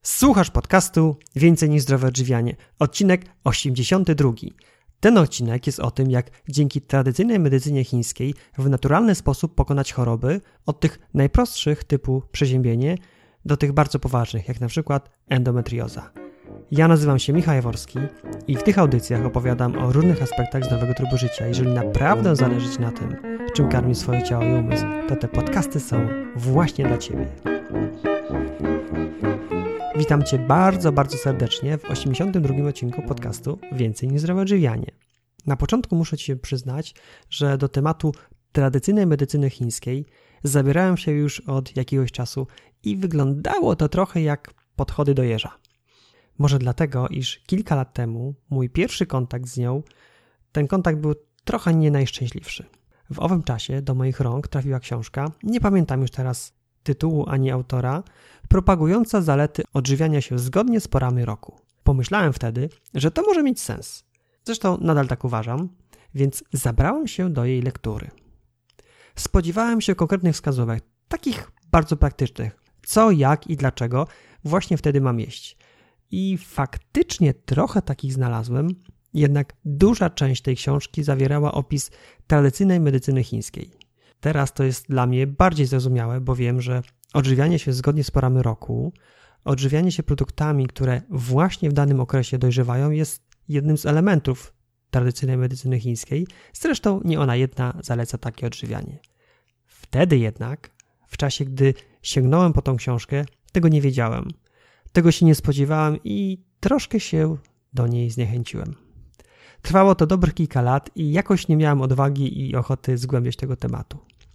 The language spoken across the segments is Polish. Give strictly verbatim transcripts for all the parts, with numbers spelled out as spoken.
Słuchasz podcastu Więcej niż zdrowe odżywianie, odcinek osiemdziesiąty drugi. Ten odcinek jest o tym, jak dzięki tradycyjnej medycynie chińskiej w naturalny sposób pokonać choroby, od tych najprostszych typu przeziębienie do tych bardzo poważnych, jak na przykład endometrioza. Ja nazywam się Michał Jaworski i w tych audycjach opowiadam o różnych aspektach zdrowego trybu życia. Jeżeli naprawdę zależy Ci na tym, czym karmi swoje ciało i umysł, to te podcasty są właśnie dla Ciebie. Witam Cię bardzo, bardzo serdecznie w osiemdziesiątym drugim odcinku podcastu Więcej niż zdrowe odżywianie. Na początku muszę Ci się przyznać, że do tematu tradycyjnej medycyny chińskiej zabierałem się już od jakiegoś czasu i wyglądało to trochę jak podchody do jeża. Może dlatego, iż kilka lat temu mój pierwszy kontakt z nią, ten kontakt był trochę nie najszczęśliwszy. W owym czasie do moich rąk trafiła książka, nie pamiętam już teraz tytułu ani autora, propagująca zalety odżywiania się zgodnie z porami roku. Pomyślałem wtedy, że to może mieć sens. Zresztą nadal tak uważam, więc zabrałem się do jej lektury. Spodziewałem się konkretnych wskazówek, takich bardzo praktycznych, co, jak i dlaczego właśnie wtedy mam jeść. I faktycznie trochę takich znalazłem, jednak duża część tej książki zawierała opis tradycyjnej medycyny chińskiej. Teraz to jest dla mnie bardziej zrozumiałe, bo wiem, że odżywianie się zgodnie z porami roku, odżywianie się produktami, które właśnie w danym okresie dojrzewają, jest jednym z elementów tradycyjnej medycyny chińskiej. Zresztą nie ona jedna zaleca takie odżywianie. Wtedy jednak, w czasie gdy sięgnąłem po tą książkę, tego nie wiedziałem. Tego się nie spodziewałem i troszkę się do niej zniechęciłem. Trwało to dobrych kilka lat i jakoś nie miałem odwagi i ochoty zgłębiać tego tematu.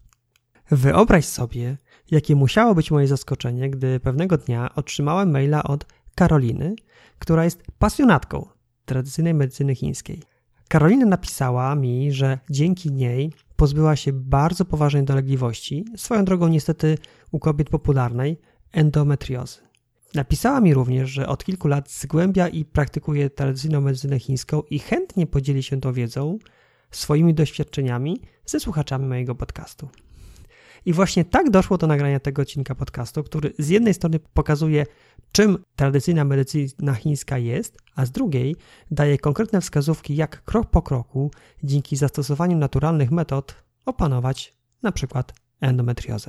Wyobraź sobie, jakie musiało być moje zaskoczenie, gdy pewnego dnia otrzymałem maila od Karoliny, która jest pasjonatką tradycyjnej medycyny chińskiej. Karolina napisała mi, że dzięki niej pozbyła się bardzo poważnej dolegliwości, swoją drogą niestety u kobiet popularnej, endometriozy. Napisała mi również, że od kilku lat zgłębia i praktykuje tradycyjną medycynę chińską i chętnie podzieli się tą wiedzą, swoimi doświadczeniami ze słuchaczami mojego podcastu. I właśnie tak doszło do nagrania tego odcinka podcastu, który z jednej strony pokazuje, czym tradycyjna medycyna chińska jest, a z drugiej daje konkretne wskazówki, jak krok po kroku, dzięki zastosowaniu naturalnych metod, opanować na przykład endometriozę.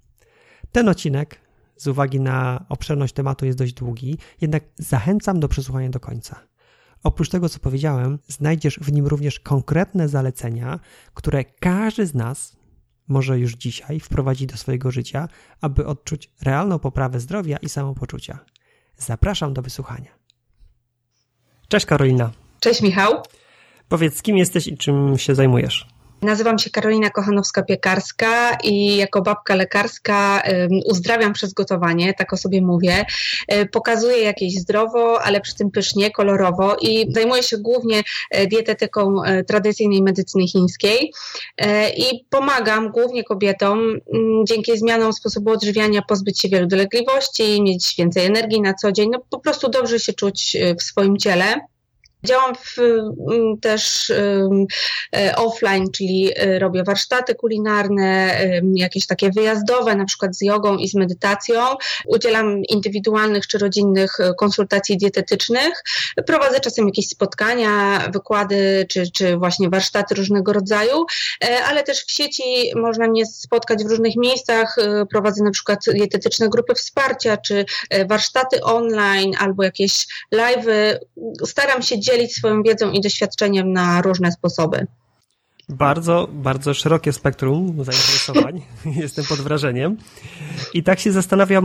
Ten odcinek z uwagi na obszerność tematu jest dość długi, jednak zachęcam do przesłuchania do końca. Oprócz tego, co powiedziałem, znajdziesz w nim również konkretne zalecenia, które każdy z nas może już dzisiaj wprowadzić do swojego życia, aby odczuć realną poprawę zdrowia i samopoczucia. Zapraszam do wysłuchania. Cześć Karolina. Cześć Michał. Powiedz, kim jesteś i czym się zajmujesz? Nazywam się Karolina Kochanowska-Piekarska i jako babka lekarska uzdrawiam przez gotowanie, tak o sobie mówię. Pokazuję jakieś zdrowo, ale przy tym pysznie, kolorowo i zajmuję się głównie dietetyką tradycyjnej medycyny chińskiej i pomagam głównie kobietom dzięki zmianom sposobu odżywiania pozbyć się wielu dolegliwości, mieć więcej energii na co dzień, no po prostu dobrze się czuć w swoim ciele. Działam w, też um, offline, czyli robię warsztaty kulinarne, um, jakieś takie wyjazdowe, na przykład z jogą i z medytacją. Udzielam indywidualnych czy rodzinnych konsultacji dietetycznych. Prowadzę czasem jakieś spotkania, wykłady czy, czy właśnie warsztaty różnego rodzaju, ale też w sieci można mnie spotkać w różnych miejscach. Prowadzę na przykład dietetyczne grupy wsparcia, czy warsztaty online albo jakieś live'y. Staram się dzielić swoją wiedzą i doświadczeniem na różne sposoby. Bardzo, bardzo szerokie spektrum zainteresowań. Jestem pod wrażeniem. I tak się zastanawiam,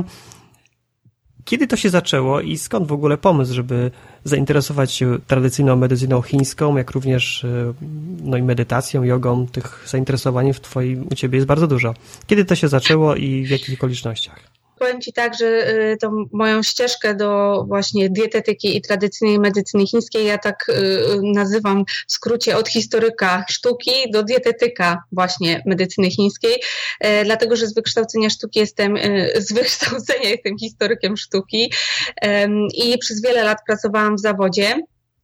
kiedy to się zaczęło i skąd w ogóle pomysł, żeby zainteresować się tradycyjną medycyną chińską, jak również no i medytacją, jogą. Tych zainteresowań w twoim, u ciebie jest bardzo dużo. Kiedy to się zaczęło i w jakich okolicznościach? Powiem Ci tak, że tą moją ścieżkę do właśnie dietetyki i tradycyjnej medycyny chińskiej ja tak nazywam w skrócie od historyka sztuki do dietetyka właśnie medycyny chińskiej, dlatego że z wykształcenia sztuki jestem, z wykształcenia jestem historykiem sztuki i przez wiele lat pracowałam w zawodzie.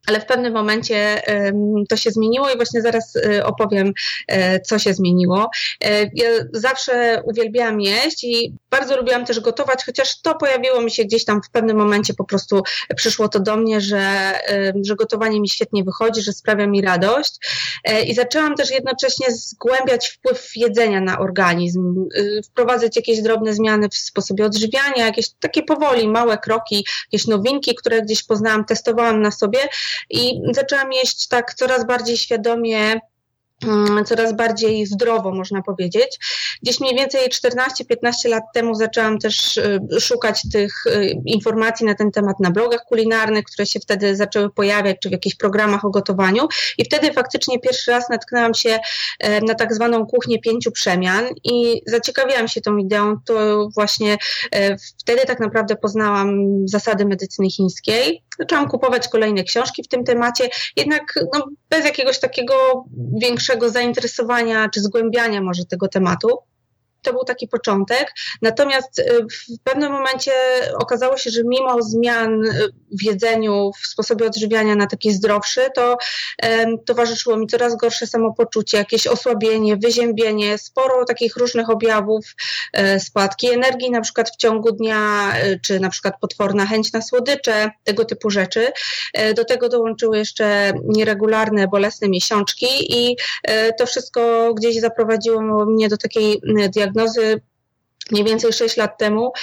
ale w pewnym momencie to się zmieniło i właśnie zaraz opowiem, co się zmieniło. Ja zawsze uwielbiałam jeść i bardzo lubiłam też gotować, chociaż to pojawiło mi się gdzieś tam w pewnym momencie, po prostu przyszło to do mnie, że, że gotowanie mi świetnie wychodzi, że sprawia mi radość i zaczęłam też jednocześnie zgłębiać wpływ jedzenia na organizm, wprowadzać jakieś drobne zmiany w sposobie odżywiania, jakieś takie powoli, małe kroki, jakieś nowinki, które gdzieś poznałam, testowałam na sobie i zaczęłam jeść tak coraz bardziej świadomie, coraz bardziej zdrowo, można powiedzieć. Gdzieś mniej więcej czternaście piętnaście lat temu zaczęłam też szukać tych informacji na ten temat na blogach kulinarnych, które się wtedy zaczęły pojawiać, czy w jakichś programach o gotowaniu i wtedy faktycznie pierwszy raz natknęłam się na tak zwaną kuchnię pięciu przemian i zaciekawiłam się tą ideą. To właśnie wtedy tak naprawdę poznałam zasady medycyny chińskiej. Zaczęłam kupować kolejne książki w tym temacie, jednak no, bez jakiegoś takiego większego zainteresowania czy zgłębiania może tego tematu. To był taki początek. Natomiast w pewnym momencie okazało się, że mimo zmian w jedzeniu, w sposobie odżywiania na taki zdrowszy, to um, towarzyszyło mi coraz gorsze samopoczucie, jakieś osłabienie, wyziębienie, sporo takich różnych objawów, e, spadki energii na przykład w ciągu dnia, e, czy na przykład potworna chęć na słodycze, tego typu rzeczy. E, do tego dołączyły jeszcze nieregularne, bolesne miesiączki i e, to wszystko gdzieś zaprowadziło mnie do takiej diagnozy, diagnozy mniej więcej sześć lat temu,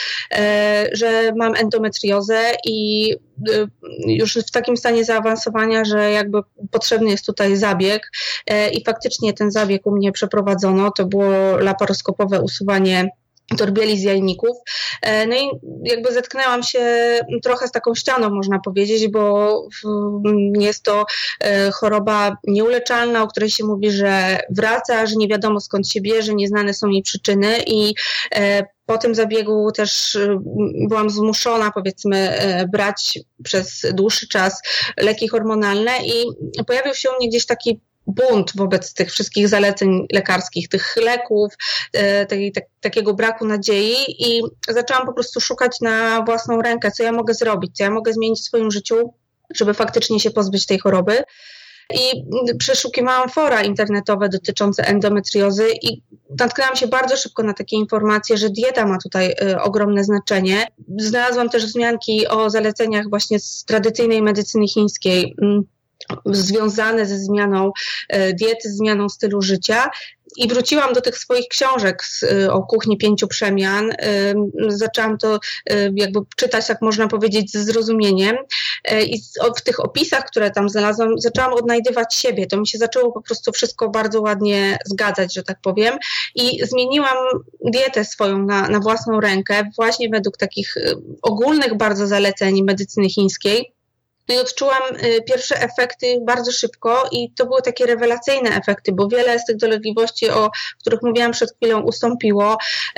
że mam endometriozę i już w takim stanie zaawansowania, że jakby potrzebny jest tutaj zabieg i faktycznie ten zabieg u mnie przeprowadzono. To było laparoskopowe usuwanie torbieli z jajników. No i jakby zetknęłam się trochę z taką ścianą, można powiedzieć, bo jest to choroba nieuleczalna, o której się mówi, że wraca, że nie wiadomo skąd się bierze, nieznane są jej przyczyny i po tym zabiegu też byłam zmuszona, powiedzmy, brać przez dłuższy czas leki hormonalne i pojawił się u mnie gdzieś taki bunt wobec tych wszystkich zaleceń lekarskich, tych leków, tej, tak, takiego braku nadziei i zaczęłam po prostu szukać na własną rękę, co ja mogę zrobić, co ja mogę zmienić w swoim życiu, żeby faktycznie się pozbyć tej choroby. I przeszukiwałam fora internetowe dotyczące endometriozy i natknęłam się bardzo szybko na takie informacje, że dieta ma tutaj y, ogromne znaczenie. Znalazłam też wzmianki o zaleceniach właśnie z tradycyjnej medycyny chińskiej, y, związane ze zmianą diety, zmianą stylu życia i wróciłam do tych swoich książek z, o kuchni pięciu przemian. Zaczęłam to jakby czytać, jak można powiedzieć, ze zrozumieniem i w tych opisach, które tam znalazłam, zaczęłam odnajdywać siebie. To mi się zaczęło po prostu wszystko bardzo ładnie zgadzać, że tak powiem i zmieniłam dietę swoją na, na własną rękę właśnie według takich ogólnych bardzo zaleceń medycyny chińskiej. No i odczułam pierwsze efekty bardzo szybko i to były takie rewelacyjne efekty, bo wiele z tych dolegliwości, o których mówiłam przed chwilą, ustąpiło.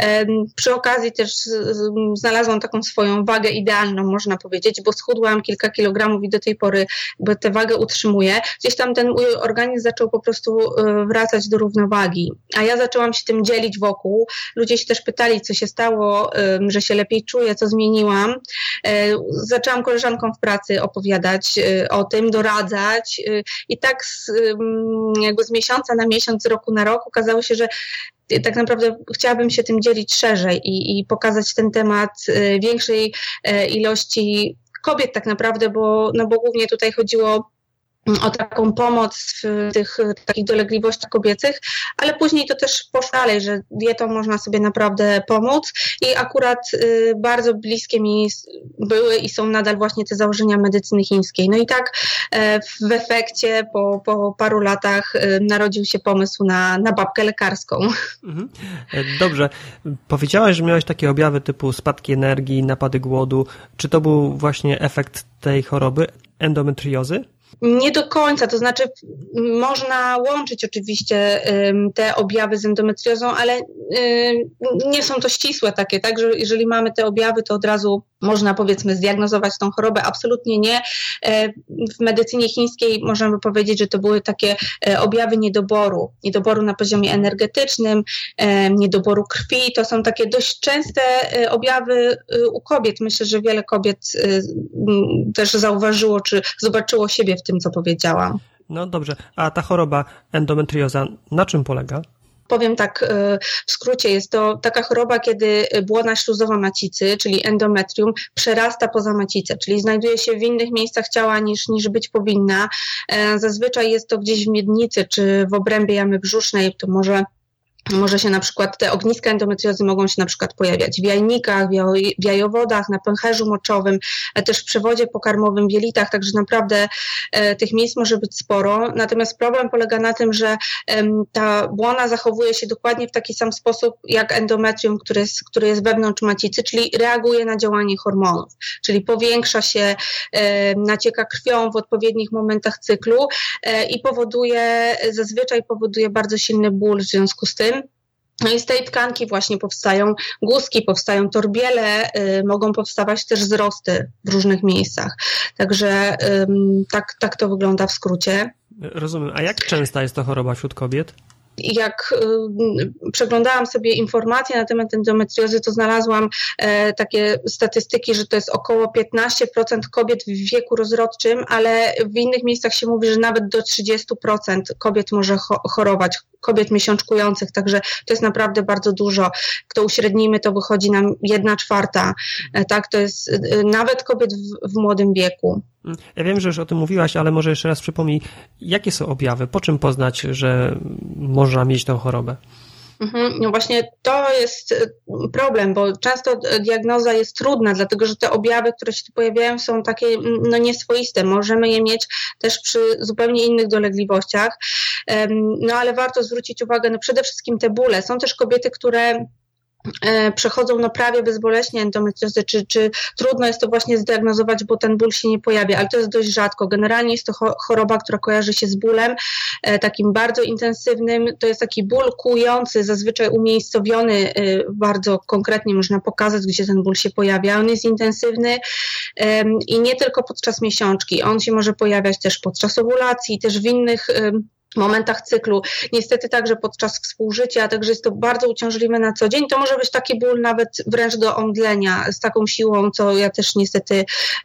Przy okazji też znalazłam taką swoją wagę idealną, można powiedzieć, bo schudłam kilka kilogramów i do tej pory tę wagę utrzymuję. Gdzieś tam ten mój organizm zaczął po prostu wracać do równowagi, a ja zaczęłam się tym dzielić wokół. Ludzie się też pytali, co się stało, że się lepiej czuję, co zmieniłam. Zaczęłam koleżankom w pracy opowiadać o tym, doradzać i tak z, jakby z miesiąca na miesiąc, z roku na rok okazało się, że tak naprawdę chciałabym się tym dzielić szerzej i, i pokazać ten temat większej ilości kobiet tak naprawdę, bo, no bo głównie tutaj chodziło o taką pomoc w tych takich dolegliwościach kobiecych, ale później to też poszło dalej, że dietą można sobie naprawdę pomóc i akurat y, bardzo bliskie mi były i są nadal właśnie te założenia medycyny chińskiej. No i tak y, w efekcie po, po paru latach y, narodził się pomysł na, na babkę lekarską. Mhm. Dobrze. Powiedziałaś, że miałaś takie objawy typu spadki energii, napady głodu. Czy to był właśnie efekt tej choroby, endometriozy? Nie do końca, to znaczy można łączyć oczywiście te objawy z endometriozą, ale nie są to ścisłe takie, tak, że jeżeli mamy te objawy, to od razu można powiedzmy zdiagnozować tą chorobę. Absolutnie nie. W medycynie chińskiej możemy powiedzieć, że to były takie objawy niedoboru, niedoboru na poziomie energetycznym, niedoboru krwi. To są takie dość częste objawy u kobiet. Myślę, że wiele kobiet też zauważyło, czy zobaczyło siebie w tym, co powiedziałam. No dobrze, a ta choroba endometrioza na czym polega? Powiem tak w skrócie, jest to taka choroba, kiedy błona śluzowa macicy, czyli endometrium, przerasta poza macicę, czyli znajduje się w innych miejscach ciała niż, niż być powinna. Zazwyczaj jest to gdzieś w miednicy czy w obrębie jamy brzusznej, to może Może się na przykład, te ogniska endometriozy mogą się na przykład pojawiać w jajnikach, w jajowodach, na pęcherzu moczowym, ale też w przewodzie pokarmowym, w jelitach, także naprawdę e, tych miejsc może być sporo. Natomiast problem polega na tym, że e, ta błona zachowuje się dokładnie w taki sam sposób jak endometrium, który jest, który jest wewnątrz macicy, czyli reaguje na działanie hormonów, czyli powiększa się, e, nacieka krwią w odpowiednich momentach cyklu e, i powoduje, zazwyczaj powoduje bardzo silny ból w związku z tym. No i z tej tkanki właśnie powstają guzki, powstają torbiele, y, mogą powstawać też wzrosty w różnych miejscach. Także y, tak, tak to wygląda w skrócie. Rozumiem. A jak częsta jest to choroba wśród kobiet? Jak y, przeglądałam sobie informacje na temat endometriozy, to znalazłam e, takie statystyki, że to jest około piętnaście procent kobiet w wieku rozrodczym, ale w innych miejscach się mówi, że nawet do trzydzieści procent kobiet może cho- chorować, kobiet miesiączkujących, także to jest naprawdę bardzo dużo. Kto uśrednimy, to wychodzi nam jedna czwarta, e, tak, to jest e, nawet kobiet w, w młodym wieku. Ja wiem, że już o tym mówiłaś, ale może jeszcze raz przypomnij, jakie są objawy, po czym poznać, że można mieć tę chorobę? No właśnie to jest problem, bo często diagnoza jest trudna, dlatego że te objawy, które się tu pojawiają, są takie no nieswoiste. Możemy je mieć też przy zupełnie innych dolegliwościach, no ale warto zwrócić uwagę, no przede wszystkim te bóle. Są też kobiety, które przechodzą no prawie bezboleśnie endometriozę, czy, czy trudno jest to właśnie zdiagnozować, bo ten ból się nie pojawia, ale to jest dość rzadko. Generalnie jest to choroba, która kojarzy się z bólem takim bardzo intensywnym. To jest taki ból kłujący, zazwyczaj umiejscowiony, bardzo konkretnie można pokazać, gdzie ten ból się pojawia. On jest intensywny i nie tylko podczas miesiączki. On się może pojawiać też podczas owulacji, też w innych momentach cyklu, niestety także podczas współżycia, także jest to bardzo uciążliwe na co dzień. To może być taki ból nawet wręcz do omdlenia z taką siłą, co ja też niestety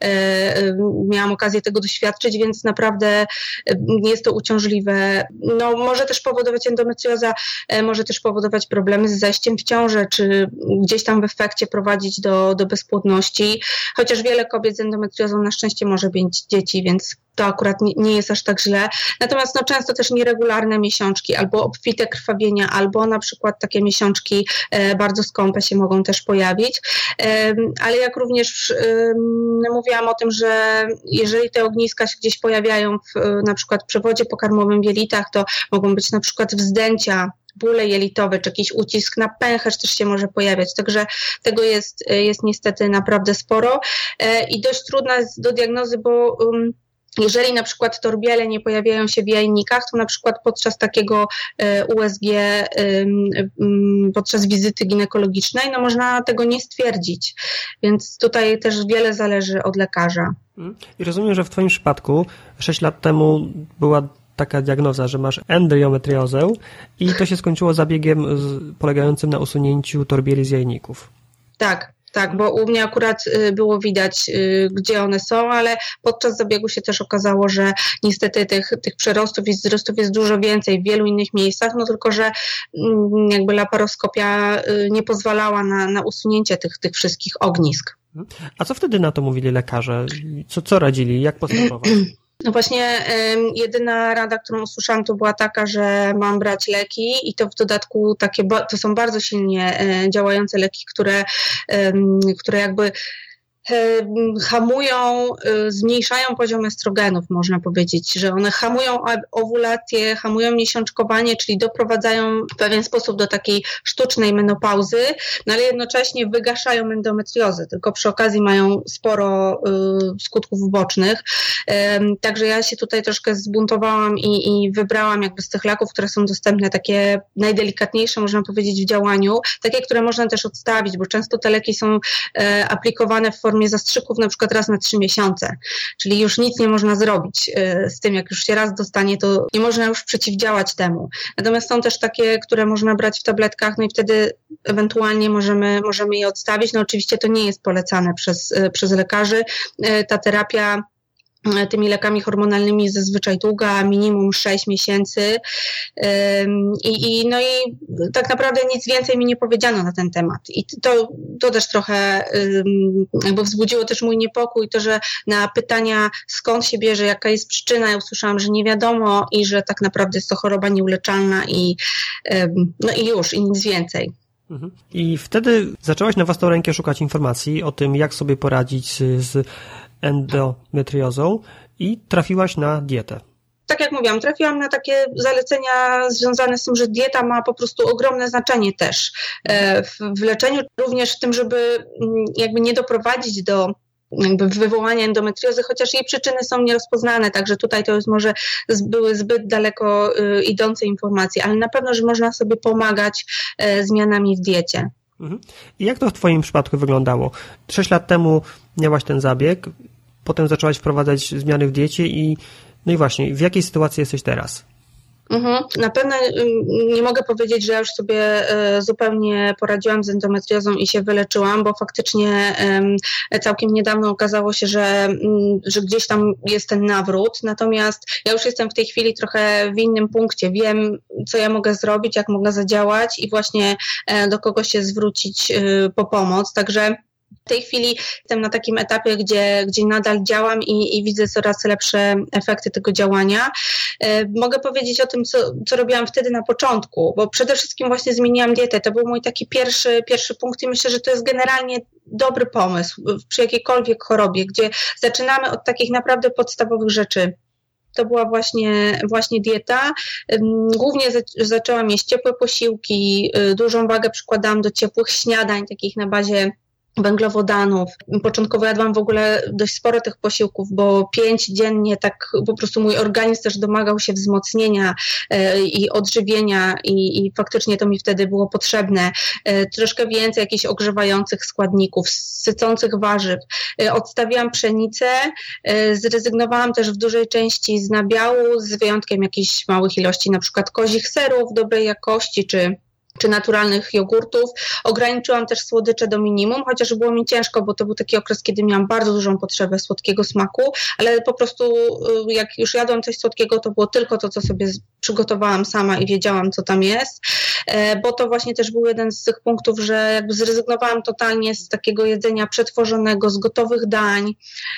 e, miałam okazję tego doświadczyć, więc naprawdę jest to uciążliwe. No, może też powodować endometrioza, e, może też powodować problemy z zajściem w ciążę, czy gdzieś tam w efekcie prowadzić do, do bezpłodności, chociaż wiele kobiet z endometriozą na szczęście może mieć dzieci, więc to akurat nie, nie jest aż tak źle. Natomiast no, często też nieregularne miesiączki, albo obfite krwawienia, albo na przykład takie miesiączki e, bardzo skąpe się mogą też pojawić. E, ale jak również e, mówiłam o tym, że jeżeli te ogniska się gdzieś pojawiają w, na przykład w przewodzie pokarmowym, w jelitach, to mogą być na przykład wzdęcia, bóle jelitowe, czy jakiś ucisk na pęcherz też się może pojawiać. Także tego jest, jest niestety naprawdę sporo e, i dość trudna jest do diagnozy, bo um, jeżeli na przykład torbiele nie pojawiają się w jajnikach, to na przykład podczas takiego U S G, podczas wizyty ginekologicznej, no można tego nie stwierdzić. Więc tutaj też wiele zależy od lekarza. I rozumiem, że w Twoim przypadku sześć lat temu była taka diagnoza, że masz endometriozę i to się skończyło zabiegiem polegającym na usunięciu torbieli z jajników. Tak. Tak, bo u mnie akurat było widać, gdzie one są, ale podczas zabiegu się też okazało, że niestety tych, tych przerostów i wzrostów jest dużo więcej w wielu innych miejscach, no tylko, że jakby laparoskopia nie pozwalała na, na usunięcie tych, tych wszystkich ognisk. A co wtedy na to mówili lekarze? Co, co radzili? Jak postępować? No właśnie y, jedyna rada, którą usłyszałam, to była taka, że mam brać leki i to w dodatku takie, to są bardzo silnie y, działające leki, które, y, które jakby hamują, zmniejszają poziom estrogenów, można powiedzieć, że one hamują owulację, hamują miesiączkowanie, czyli doprowadzają w pewien sposób do takiej sztucznej menopauzy, no ale jednocześnie wygaszają endometriozę, tylko przy okazji mają sporo y, skutków ubocznych. Y, także ja się tutaj troszkę zbuntowałam i, i wybrałam jakby z tych leków, które są dostępne, takie najdelikatniejsze, można powiedzieć, w działaniu, takie, które można też odstawić, bo często te leki są y, aplikowane w formie zastrzyków na przykład raz na trzy miesiące, czyli już nic nie można zrobić z tym, jak już się raz dostanie, to nie można już przeciwdziałać temu. Natomiast są też takie, które można brać w tabletkach, no i wtedy ewentualnie możemy, możemy je odstawić. No oczywiście to nie jest polecane przez, przez lekarzy. Ta terapia tymi lekami hormonalnymi zazwyczaj długa, minimum sześć miesięcy i, i no i tak naprawdę nic więcej mi nie powiedziano na ten temat i to, to też trochę jakby wzbudziło też mój niepokój, to, że na pytania skąd się bierze, jaka jest przyczyna, ja usłyszałam, że nie wiadomo i że tak naprawdę jest to choroba nieuleczalna i no i już, i nic więcej. I wtedy zaczęłaś na własną rękę szukać informacji o tym, jak sobie poradzić z, z endometriozą i trafiłaś na dietę. Tak jak mówiłam, trafiłam na takie zalecenia związane z tym, że dieta ma po prostu ogromne znaczenie też w, w leczeniu, również w tym, żeby jakby nie doprowadzić do jakby wywołania endometriozy, chociaż jej przyczyny są nierozpoznane, także tutaj to już może były zbyt daleko idące informacje, ale na pewno, że można sobie pomagać zmianami w diecie. I jak to w Twoim przypadku wyglądało? Sześć lat temu miałaś ten zabieg, potem zaczęłaś wprowadzać zmiany w diecie i no i właśnie, w jakiej sytuacji jesteś teraz? Mhm. Na pewno nie mogę powiedzieć, że ja już sobie zupełnie poradziłam z endometriozą i się wyleczyłam, bo faktycznie całkiem niedawno okazało się, że, że gdzieś tam jest ten nawrót, natomiast ja już jestem w tej chwili trochę w innym punkcie, wiem, co ja mogę zrobić, jak mogę zadziałać i właśnie do kogo się zwrócić po pomoc, także w tej chwili jestem na takim etapie, gdzie, gdzie nadal działam i, i widzę coraz lepsze efekty tego działania. E, mogę powiedzieć o tym, co, co robiłam wtedy na początku, bo przede wszystkim właśnie zmieniłam dietę. To był mój taki pierwszy, pierwszy punkt i myślę, że to jest generalnie dobry pomysł przy jakiejkolwiek chorobie, gdzie zaczynamy od takich naprawdę podstawowych rzeczy. To była właśnie, właśnie dieta. Głównie zaczęłam jeść ciepłe posiłki, dużą wagę przykładałam do ciepłych śniadań, takich na bazie węglowodanów. Początkowo jadłam w ogóle dość sporo tych posiłków, bo pięć dziennie, tak po prostu mój organizm też domagał się wzmocnienia e, i odżywienia i, i faktycznie to mi wtedy było potrzebne. E, troszkę więcej jakichś ogrzewających składników, sycących warzyw. E, odstawiłam pszenicę, e, zrezygnowałam też w dużej części z nabiału, z wyjątkiem jakichś małych ilości na przykład kozich serów dobrej jakości, czy czy naturalnych jogurtów. Ograniczyłam też słodycze do minimum, chociaż było mi ciężko, bo to był taki okres, kiedy miałam bardzo dużą potrzebę słodkiego smaku, ale po prostu jak już jadłam coś słodkiego, to było tylko to, co sobie przygotowałam sama i wiedziałam, co tam jest, bo to właśnie też był jeden z tych punktów, że jakby zrezygnowałam totalnie z takiego jedzenia przetworzonego, z gotowych dań,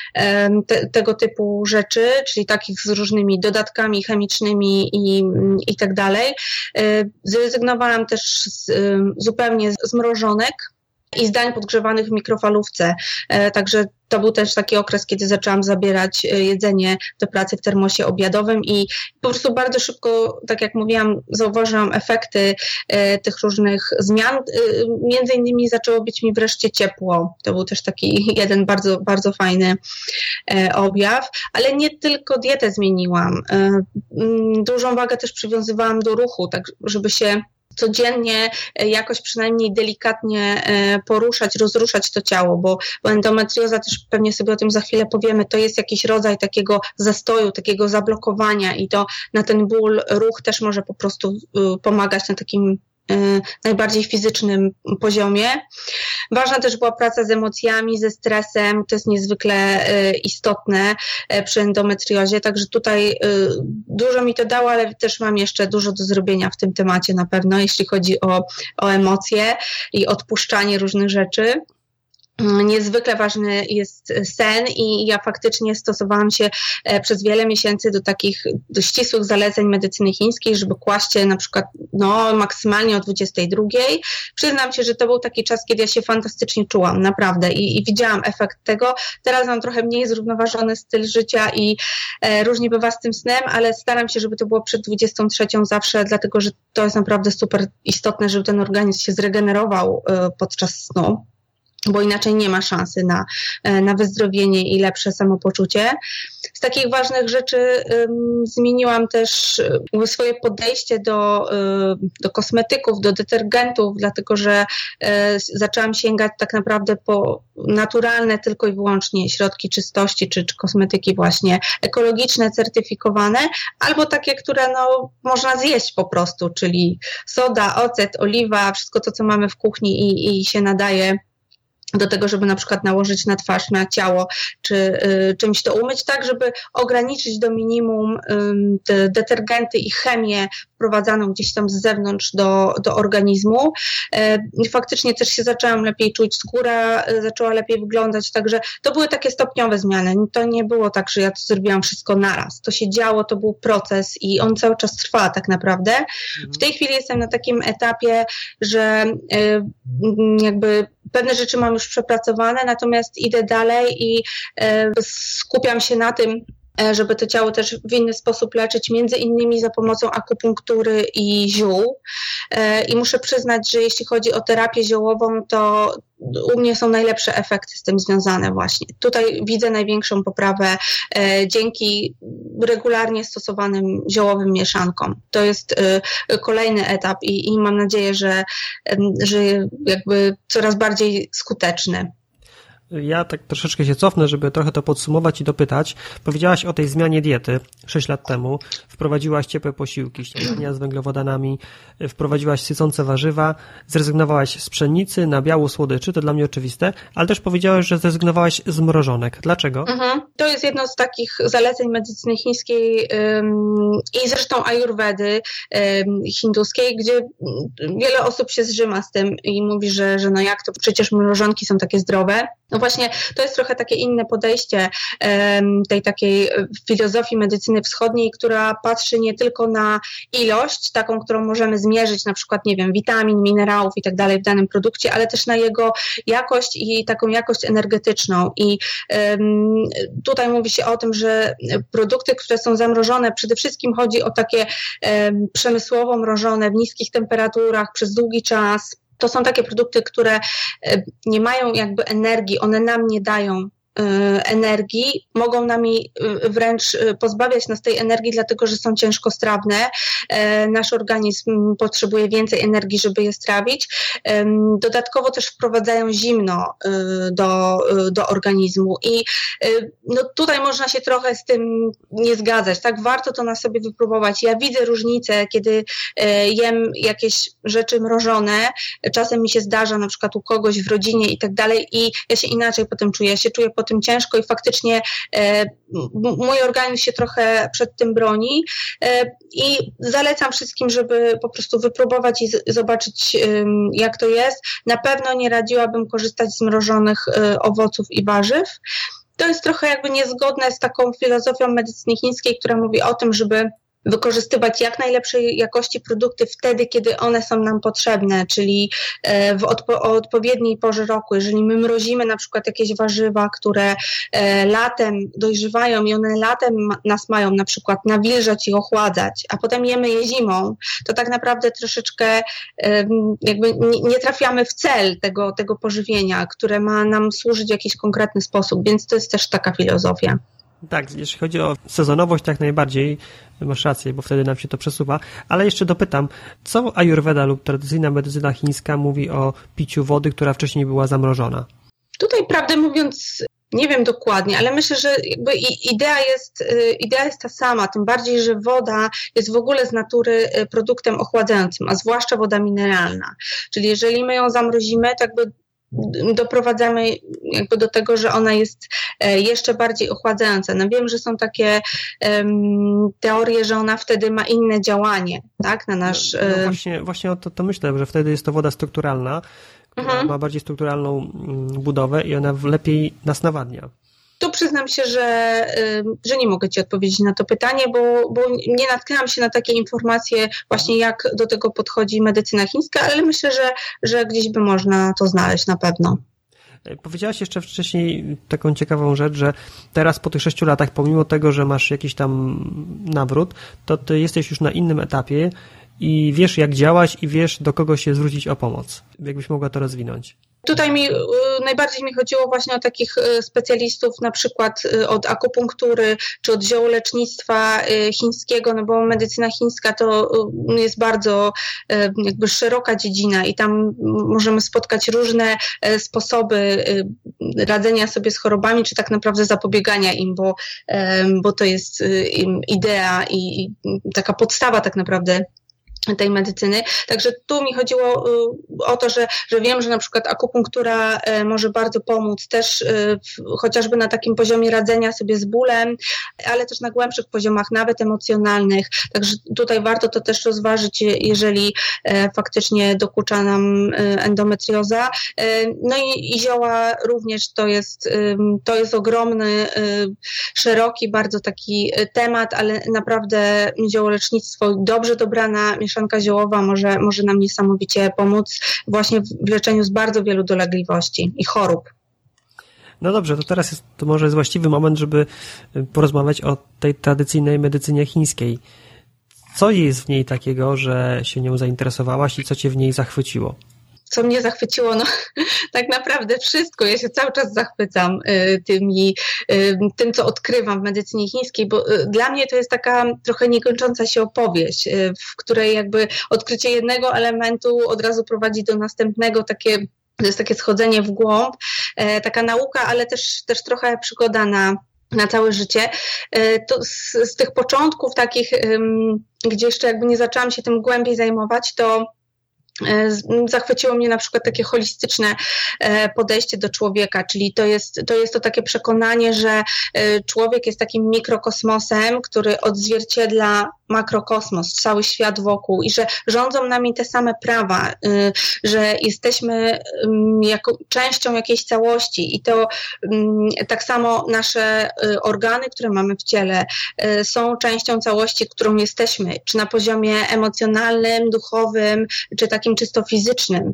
te, tego typu rzeczy, czyli takich z różnymi dodatkami chemicznymi i, i tak dalej. Zrezygnowałam też z, zupełnie z mrożonek i z dań podgrzewanych w mikrofalówce. Także to był też taki okres, kiedy zaczęłam zabierać jedzenie do pracy w termosie obiadowym i po prostu bardzo szybko, tak jak mówiłam, zauważyłam efekty tych różnych zmian. Między innymi zaczęło być mi wreszcie ciepło. To był też taki jeden bardzo, bardzo fajny objaw, ale nie tylko dietę zmieniłam. Dużą wagę też przywiązywałam do ruchu, tak żeby się codziennie jakoś przynajmniej delikatnie poruszać, rozruszać to ciało, bo, bo endometrioza, też pewnie sobie o tym za chwilę powiemy, to jest jakiś rodzaj takiego zastoju, takiego zablokowania i to na ten ból ruch też może po prostu pomagać na takim najbardziej fizycznym poziomie. Ważna też była praca z emocjami, ze stresem, to jest niezwykle istotne przy endometriozie, także tutaj dużo mi to dało, ale też mam jeszcze dużo do zrobienia w tym temacie na pewno, jeśli chodzi o, o emocje i odpuszczanie różnych rzeczy. Niezwykle ważny jest sen i ja faktycznie stosowałam się przez wiele miesięcy do takich do ścisłych zaleceń medycyny chińskiej, żeby kłaść się na przykład no, maksymalnie o dwudziestej drugiej. Przyznam się, że to był taki czas, kiedy ja się fantastycznie czułam, naprawdę i, i widziałam efekt tego. Teraz mam trochę mniej zrównoważony styl życia i e, różnie bywa z tym snem, ale staram się, żeby to było przed dwudziestą trzecią zawsze, dlatego że to jest naprawdę super istotne, żeby ten organizm się zregenerował e, podczas snu, bo inaczej nie ma szansy na, na wyzdrowienie i lepsze samopoczucie. Z takich ważnych rzeczy um, zmieniłam też um, swoje podejście do, um, do kosmetyków, do detergentów, dlatego że um, zaczęłam sięgać tak naprawdę po naturalne tylko i wyłącznie środki czystości, czy, czy kosmetyki właśnie ekologiczne, certyfikowane, albo takie, które no, można zjeść po prostu, czyli soda, ocet, oliwa, wszystko to, co mamy w kuchni i, i się nadaje do tego, żeby na przykład nałożyć na twarz, na ciało, czy y, czymś to umyć, tak żeby ograniczyć do minimum y, te detergenty i chemię wprowadzaną gdzieś tam z zewnątrz do, do organizmu. Y, faktycznie też się zaczęłam lepiej czuć, skóra y, zaczęła lepiej wyglądać, także to były takie stopniowe zmiany. To nie było tak, że ja to zrobiłam wszystko naraz. To się działo, to był proces i on cały czas trwa tak naprawdę. Mhm. W tej chwili jestem na takim etapie, że y, jakby pewne rzeczy mam już przepracowane, natomiast idę dalej i e, skupiam się na tym, e, żeby to ciało też w inny sposób leczyć, między innymi za pomocą akupunktury i ziół. E, I muszę przyznać, że jeśli chodzi o terapię ziołową, to u mnie są najlepsze efekty z tym związane właśnie. Tutaj widzę największą poprawę e, dzięki regularnie stosowanym ziołowym mieszankom. To jest e, kolejny etap i, i mam nadzieję, że, e, że jakby coraz bardziej skuteczny. Ja tak troszeczkę się cofnę, żeby trochę to podsumować i dopytać. Powiedziałaś o tej zmianie diety sześć lat temu. Wprowadziłaś ciepłe posiłki, śniadania z węglowodanami, wprowadziłaś sycące warzywa, zrezygnowałaś z pszenicy, nabiału, słodyczy, to dla mnie oczywiste, ale też powiedziałaś, że zrezygnowałaś z mrożonek. Dlaczego? Mhm. To jest jedno z takich zaleceń medycyny chińskiej ym, i zresztą ajurwedy ym, hinduskiej, gdzie wiele osób się zżyma z tym i mówi, że, że no jak to, przecież mrożonki są takie zdrowe. No właśnie, to jest trochę takie inne podejście um, tej takiej filozofii medycyny wschodniej, która patrzy nie tylko na ilość, taką, którą możemy zmierzyć, na przykład, nie wiem, witamin, minerałów i tak dalej w danym produkcie, ale też na jego jakość i taką jakość energetyczną. I um, tutaj mówi się o tym, że produkty, które są zamrożone, przede wszystkim chodzi o takie um, przemysłowo mrożone w niskich temperaturach przez długi czas. To są takie produkty, które nie mają jakby energii, one nam nie dają energii, mogą nami wręcz pozbawiać nas tej energii, dlatego że są ciężkostrawne. Nasz organizm potrzebuje więcej energii, żeby je strawić. Dodatkowo też wprowadzają zimno do, do organizmu i no tutaj można się trochę z tym nie zgadzać. Tak, warto to na sobie wypróbować. Ja widzę różnicę, kiedy jem jakieś rzeczy mrożone. Czasem mi się zdarza na przykład u kogoś w rodzinie i tak dalej i ja się inaczej potem czuję. Ja się czuję po tym ciężko i faktycznie e, mój organizm się trochę przed tym broni e, i zalecam wszystkim, żeby po prostu wypróbować i z, zobaczyć e, jak to jest. Na pewno nie radziłabym korzystać z mrożonych e, owoców i warzyw. To jest trochę jakby niezgodne z taką filozofią medycyny chińskiej, która mówi o tym, żeby wykorzystywać jak najlepszej jakości produkty wtedy, kiedy one są nam potrzebne, czyli w odpo- o odpowiedniej porze roku. Jeżeli my mrozimy na przykład jakieś warzywa, które latem dojrzewają i one latem nas mają na przykład nawilżać i ochładzać, a potem jemy je zimą, to tak naprawdę troszeczkę jakby nie trafiamy w cel tego, tego pożywienia, które ma nam służyć w jakiś konkretny sposób, więc to jest też taka filozofia. Tak, jeśli chodzi o sezonowość, jak najbardziej masz rację, bo wtedy nam się to przesuwa, ale jeszcze dopytam, co ajurweda lub tradycyjna medycyna chińska mówi o piciu wody, która wcześniej była zamrożona? Tutaj prawdę mówiąc nie wiem dokładnie, ale myślę, że jakby idea jest, idea jest ta sama, tym bardziej, że woda jest w ogóle z natury produktem ochładzającym, a zwłaszcza woda mineralna, czyli jeżeli my ją zamrozimy, to jakby doprowadzamy jakby do tego, że ona jest jeszcze bardziej ochładzająca. No wiem, że są takie um, teorie, że ona wtedy ma inne działanie, tak, na nasz... No, no właśnie, właśnie o to, to myślę, że wtedy jest to woda strukturalna, która mhm. ma bardziej strukturalną budowę i ona lepiej nas nawadnia. Tu przyznam się, że, że nie mogę Ci odpowiedzieć na to pytanie, bo, bo nie natknęłam się na takie informacje właśnie jak do tego podchodzi medycyna chińska, ale myślę, że, że gdzieś by można to znaleźć na pewno. Powiedziałaś jeszcze wcześniej taką ciekawą rzecz, że teraz po tych sześciu latach, pomimo tego, że masz jakiś tam nawrót, to ty jesteś już na innym etapie i wiesz jak działać i wiesz do kogo się zwrócić o pomoc. Jakbyś mogła to rozwinąć? Tutaj mi najbardziej mi chodziło właśnie o takich specjalistów, na przykład od akupunktury czy od ziołolecznictwa chińskiego, no bo medycyna chińska to jest bardzo jakby szeroka dziedzina i tam możemy spotkać różne sposoby radzenia sobie z chorobami, czy tak naprawdę zapobiegania im, bo, bo to jest idea i taka podstawa tak naprawdę tej medycyny. Także tu mi chodziło o to, że, że wiem, że na przykład akupunktura może bardzo pomóc też chociażby na takim poziomie radzenia sobie z bólem, ale też na głębszych poziomach, nawet emocjonalnych. Także tutaj warto to też rozważyć, jeżeli faktycznie dokucza nam endometrioza. No i, i zioła również to jest, to jest ogromny, szeroki bardzo taki temat, ale naprawdę ziołolecznictwo dobrze dobrana mieszanka ziołowa może, może nam niesamowicie pomóc właśnie w leczeniu z bardzo wielu dolegliwości i chorób. No dobrze, to teraz jest, to może jest właściwy moment, żeby porozmawiać o tej tradycyjnej medycynie chińskiej. Co jest w niej takiego, że się nią zainteresowałaś i co cię w niej zachwyciło? Co mnie zachwyciło, no tak naprawdę wszystko. Ja się cały czas zachwycam y, tymi, y, tym, co odkrywam w medycynie chińskiej, bo y, dla mnie to jest taka trochę niekończąca się opowieść, y, w której jakby odkrycie jednego elementu od razu prowadzi do następnego, takie, to jest takie schodzenie w głąb, y, taka nauka, ale też, też trochę przygoda na na całe życie. To z, z tych początków takich, y, gdzie jeszcze jakby nie zaczęłam się tym głębiej zajmować, to zachwyciło mnie na przykład takie holistyczne podejście do człowieka, czyli to jest, to jest to takie przekonanie, że człowiek jest takim mikrokosmosem, który odzwierciedla makrokosmos, cały świat wokół i że rządzą nami te same prawa, że jesteśmy jako częścią jakiejś całości i to tak samo nasze organy, które mamy w ciele, są częścią całości, którą jesteśmy, czy na poziomie emocjonalnym, duchowym, czy takim czysto fizycznym.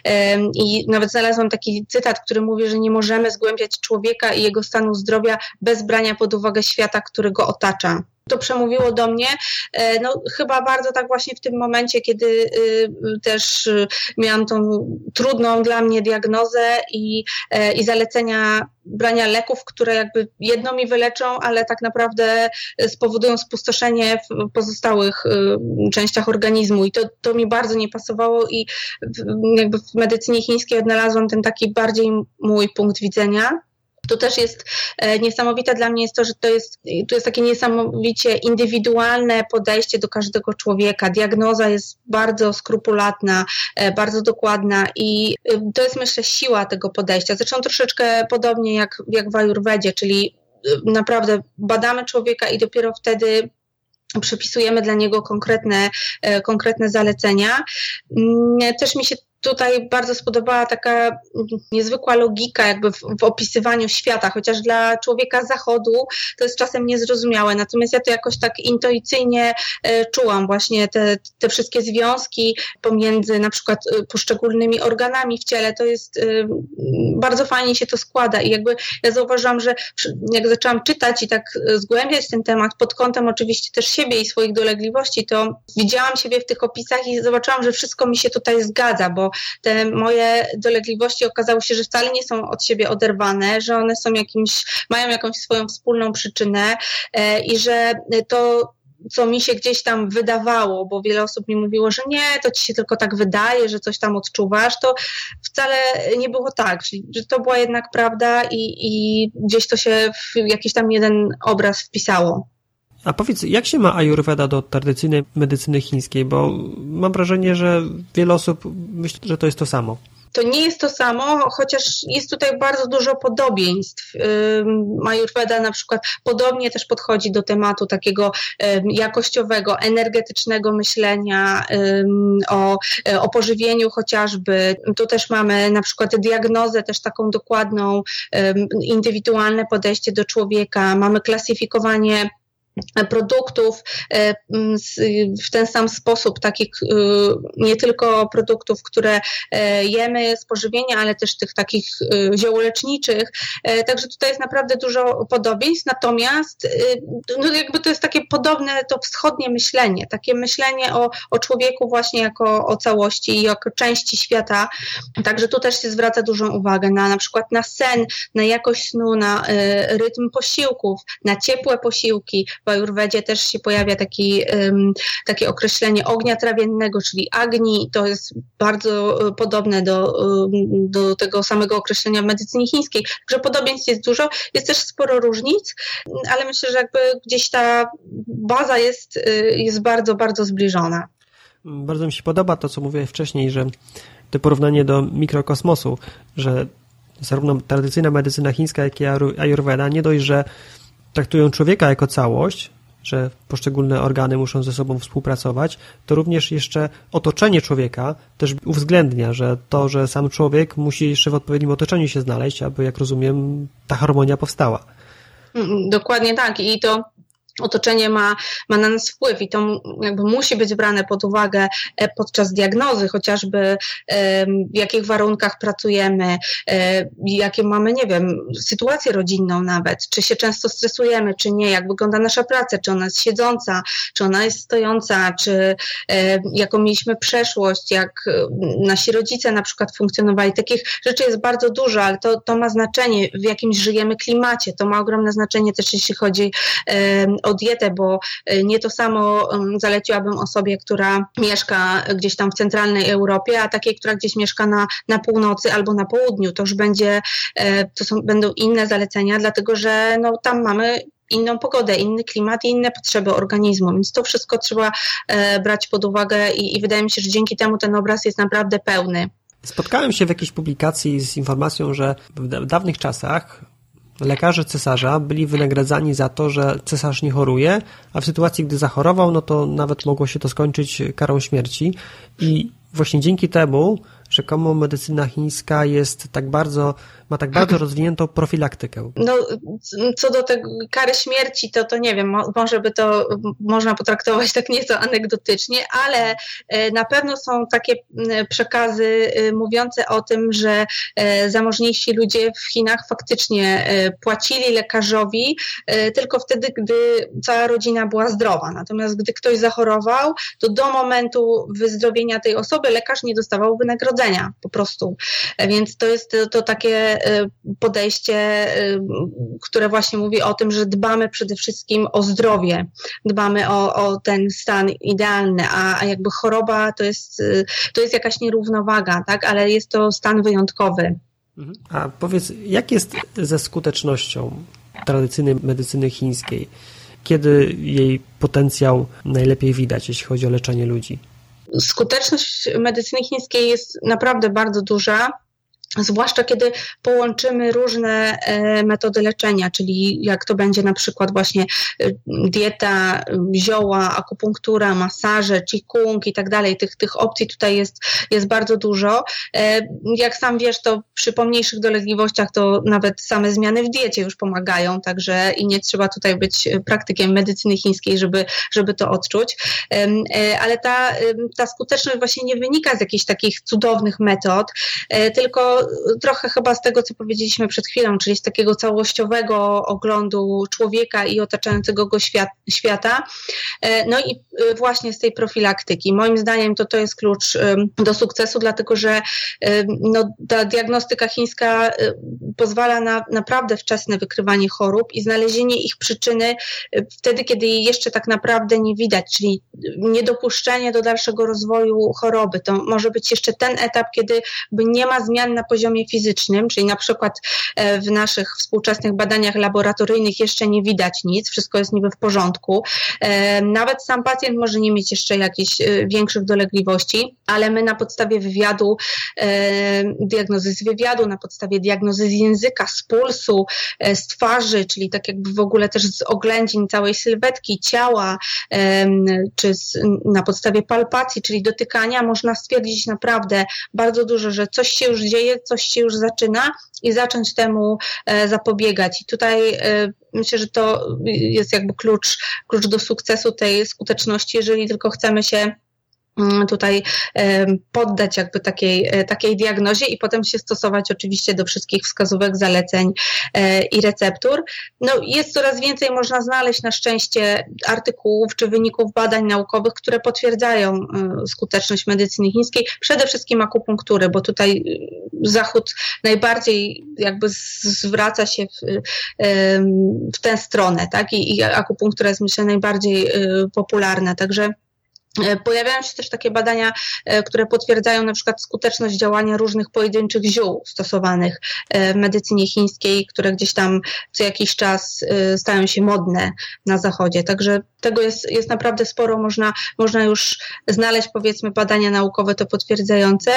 I nawet znalazłam taki cytat, który mówi, że nie możemy zgłębiać człowieka i jego stanu zdrowia bez brania pod uwagę świata, który go otacza. To przemówiło do mnie, no chyba bardzo tak właśnie w tym momencie, kiedy y, też y, miałam tą trudną dla mnie diagnozę i, y, i zalecenia brania leków, które jakby jedno mi wyleczą, ale tak naprawdę spowodują spustoszenie w pozostałych y, częściach organizmu i to, to mi bardzo nie pasowało i w, jakby w medycynie chińskiej odnalazłam ten taki bardziej mój punkt widzenia. To też jest e, niesamowite dla mnie jest to, że to jest, to jest takie niesamowicie indywidualne podejście do każdego człowieka. Diagnoza jest bardzo skrupulatna, e, bardzo dokładna i e, to jest myślę siła tego podejścia. Zresztą troszeczkę podobnie jak, jak w ajurwedzie, czyli e, naprawdę badamy człowieka i dopiero wtedy przepisujemy dla niego konkretne, e, konkretne zalecenia. E, też mi się tutaj bardzo spodobała taka niezwykła logika jakby w, w opisywaniu świata, chociaż dla człowieka z zachodu to jest czasem niezrozumiałe, natomiast ja to jakoś tak intuicyjnie e, czułam właśnie te, te wszystkie związki pomiędzy na przykład e, poszczególnymi organami w ciele, to jest e, bardzo fajnie się to składa i jakby ja zauważyłam, że jak zaczęłam czytać i tak zgłębiać ten temat pod kątem oczywiście też siebie i swoich dolegliwości, to widziałam siebie w tych opisach i zobaczyłam, że wszystko mi się tutaj zgadza, bo te moje dolegliwości okazało się, że wcale nie są od siebie oderwane, że one są jakimś, mają jakąś swoją wspólną przyczynę e, i że to, co mi się gdzieś tam wydawało, bo wiele osób mi mówiło, że nie, to ci się tylko tak wydaje, że coś tam odczuwasz, to wcale nie było tak, że to była jednak prawda i, i gdzieś to się w jakiś tam jeden obraz wpisało. A powiedz, jak się ma ajurweda do tradycyjnej medycyny chińskiej? Bo mam wrażenie, że wiele osób myśli, że to jest to samo. To nie jest to samo, chociaż jest tutaj bardzo dużo podobieństw. Ajurweda na przykład podobnie też podchodzi do tematu takiego jakościowego, energetycznego myślenia o, o pożywieniu chociażby. Tu też mamy na przykład diagnozę też taką dokładną, indywidualne podejście do człowieka. Mamy klasyfikowanie produktów w ten sam sposób, takich nie tylko produktów, które jemy z pożywienia, ale też tych takich ziołoleczniczych. Także tutaj jest naprawdę dużo podobieństw, natomiast no jakby to jest takie podobne, to wschodnie myślenie, takie myślenie o, o człowieku właśnie jako o całości i jako części świata. Także tu też się zwraca dużą uwagę na na przykład na sen, na jakość snu, na rytm posiłków, na ciepłe posiłki. W ajurwedzie też się pojawia taki, um, takie określenie ognia trawiennego, czyli agni. To jest bardzo podobne do, um, do tego samego określenia w medycynie chińskiej. Także podobieństw jest dużo. Jest też sporo różnic, ale myślę, że jakby gdzieś ta baza jest, jest bardzo, bardzo zbliżona. Bardzo mi się podoba to, co mówiłeś wcześniej, że to porównanie do mikrokosmosu, że zarówno tradycyjna medycyna chińska, jak i Ayurveda nie dość, że traktują człowieka jako całość, że poszczególne organy muszą ze sobą współpracować, to również jeszcze otoczenie człowieka też uwzględnia, że to, że sam człowiek musi jeszcze w odpowiednim otoczeniu się znaleźć, aby, jak rozumiem, ta harmonia powstała. Dokładnie tak. I to otoczenie ma, ma na nas wpływ i to jakby musi być brane pod uwagę podczas diagnozy, chociażby w jakich warunkach pracujemy, jakie mamy, nie wiem, sytuację rodzinną nawet, czy się często stresujemy, czy nie, jak wygląda nasza praca, czy ona jest siedząca, czy ona jest stojąca, czy jaką mieliśmy przeszłość, jak nasi rodzice na przykład funkcjonowali. Takich rzeczy jest bardzo dużo, ale to, to ma znaczenie, w jakim żyjemy klimacie. To ma ogromne znaczenie też, jeśli chodzi o dietę, bo nie to samo zaleciłabym osobie, która mieszka gdzieś tam w centralnej Europie, a takiej, która gdzieś mieszka na, na północy albo na południu. To już będzie, to są, będą inne zalecenia, dlatego że no, tam mamy inną pogodę, inny klimat i inne potrzeby organizmu, więc to wszystko trzeba e, brać pod uwagę i, i wydaje mi się, że dzięki temu ten obraz jest naprawdę pełny. Spotkałem się w jakiejś publikacji z informacją, że w dawnych czasach lekarze cesarza byli wynagradzani za to, że cesarz nie choruje, a w sytuacji, gdy zachorował, no to nawet mogło się to skończyć karą śmierci. I właśnie dzięki temu rzekomo medycyna chińska jest tak bardzo, ma tak bardzo rozwiniętą profilaktykę. No, co do tej kary śmierci, to, to nie wiem, może by to można potraktować tak nieco anegdotycznie, ale na pewno są takie przekazy mówiące o tym, że zamożniejsi ludzie w Chinach faktycznie płacili lekarzowi tylko wtedy, gdy cała rodzina była zdrowa. Natomiast gdy ktoś zachorował, to do momentu wyzdrowienia tej osoby lekarz nie dostawał wynagrodzenia po prostu. Więc to jest to, to takie podejście, które właśnie mówi o tym, że dbamy przede wszystkim o zdrowie, dbamy o, o ten stan idealny, a, a jakby choroba to jest, to jest jakaś nierównowaga, tak? Ale jest to stan wyjątkowy. A powiedz, jak jest ze skutecznością tradycyjnej medycyny chińskiej? Kiedy jej potencjał najlepiej widać, jeśli chodzi o leczenie ludzi? Skuteczność medycyny chińskiej jest naprawdę bardzo duża, zwłaszcza kiedy połączymy różne metody leczenia, czyli jak to będzie na przykład właśnie dieta, zioła, akupunktura, masaże, qigong i tak dalej. Tych, tych opcji tutaj jest, jest bardzo dużo. Jak sam wiesz, to przy pomniejszych dolegliwościach to nawet same zmiany w diecie już pomagają, także i nie trzeba tutaj być praktykiem medycyny chińskiej, żeby, żeby to odczuć. Ale ta, ta skuteczność właśnie nie wynika z jakichś takich cudownych metod, tylko trochę chyba z tego, co powiedzieliśmy przed chwilą, czyli z takiego całościowego oglądu człowieka i otaczającego go świat, świata. No i właśnie z tej profilaktyki. Moim zdaniem to to jest klucz do sukcesu, dlatego że no, ta diagnostyka chińska pozwala na naprawdę wczesne wykrywanie chorób i znalezienie ich przyczyny wtedy, kiedy jej jeszcze tak naprawdę nie widać, czyli niedopuszczenie do dalszego rozwoju choroby. To może być jeszcze ten etap, kiedy nie ma zmian na poziomie fizycznym, czyli na przykład w naszych współczesnych badaniach laboratoryjnych jeszcze nie widać nic, wszystko jest niby w porządku. Nawet sam pacjent może nie mieć jeszcze jakichś większych dolegliwości, ale my na podstawie wywiadu, diagnozy z wywiadu, na podstawie diagnozy z języka, z pulsu, z twarzy, czyli tak jakby w ogóle też z oględzin całej sylwetki ciała, czy z, na podstawie palpacji, czyli dotykania, można stwierdzić naprawdę bardzo dużo, że coś się już dzieje, coś się już zaczyna i zacząć temu zapobiegać. I tutaj myślę, że to jest jakby klucz, klucz do sukcesu tej skuteczności, jeżeli tylko chcemy się tutaj poddać jakby takiej, takiej diagnozie i potem się stosować oczywiście do wszystkich wskazówek, zaleceń i receptur. No jest coraz więcej, można znaleźć na szczęście artykułów czy wyników badań naukowych, które potwierdzają skuteczność medycyny chińskiej, przede wszystkim akupunktury, bo tutaj Zachód najbardziej jakby zwraca się w, w tę stronę, tak? I, i akupunktura jest myślę najbardziej popularna, także Pojawiają się też takie badania, które potwierdzają na przykład skuteczność działania różnych pojedynczych ziół stosowanych w medycynie chińskiej, które gdzieś tam co jakiś czas stają się modne na zachodzie. Także tego jest, jest naprawdę sporo, można, można już znaleźć, powiedzmy, badania naukowe to potwierdzające.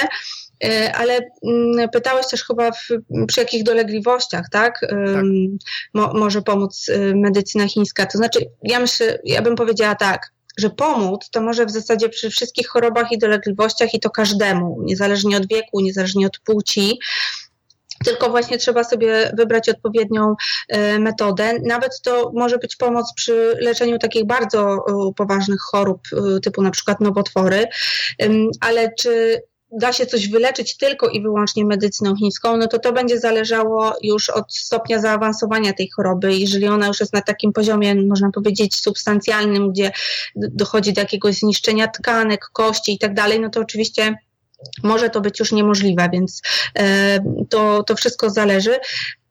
Ale pytałeś też chyba w, przy jakich dolegliwościach, tak? tak. Mo, może pomóc medycyna chińska. To znaczy, ja myślę, ja bym powiedziała tak, że pomóc to może w zasadzie przy wszystkich chorobach i dolegliwościach i to każdemu, niezależnie od wieku, niezależnie od płci. Tylko właśnie trzeba sobie wybrać odpowiednią y, metodę. Nawet to może być pomoc przy leczeniu takich bardzo y, poważnych chorób, y, typu na przykład nowotwory, y, ale czy da się coś wyleczyć tylko i wyłącznie medycyną chińską, no to to będzie zależało już od stopnia zaawansowania tej choroby. Jeżeli ona już jest na takim poziomie, można powiedzieć, substancjalnym, gdzie dochodzi do jakiegoś zniszczenia tkanek, kości i tak dalej, no to oczywiście może to być już niemożliwe, więc e, to, to wszystko zależy.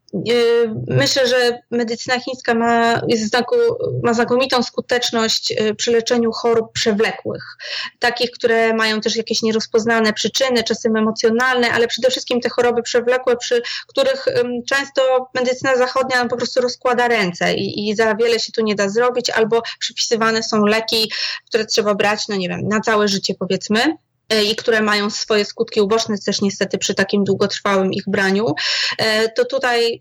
Myślę, że medycyna chińska ma, jest znaku, ma znakomitą skuteczność przy leczeniu chorób przewlekłych, takich, które mają też jakieś nierozpoznane przyczyny, czasem emocjonalne, ale przede wszystkim te choroby przewlekłe, przy których często medycyna zachodnia po prostu rozkłada ręce i, i za wiele się tu nie da zrobić, albo przypisywane są leki, które trzeba brać, no nie wiem, na całe życie, powiedzmy, i które mają swoje skutki uboczne też niestety przy takim długotrwałym ich braniu, to tutaj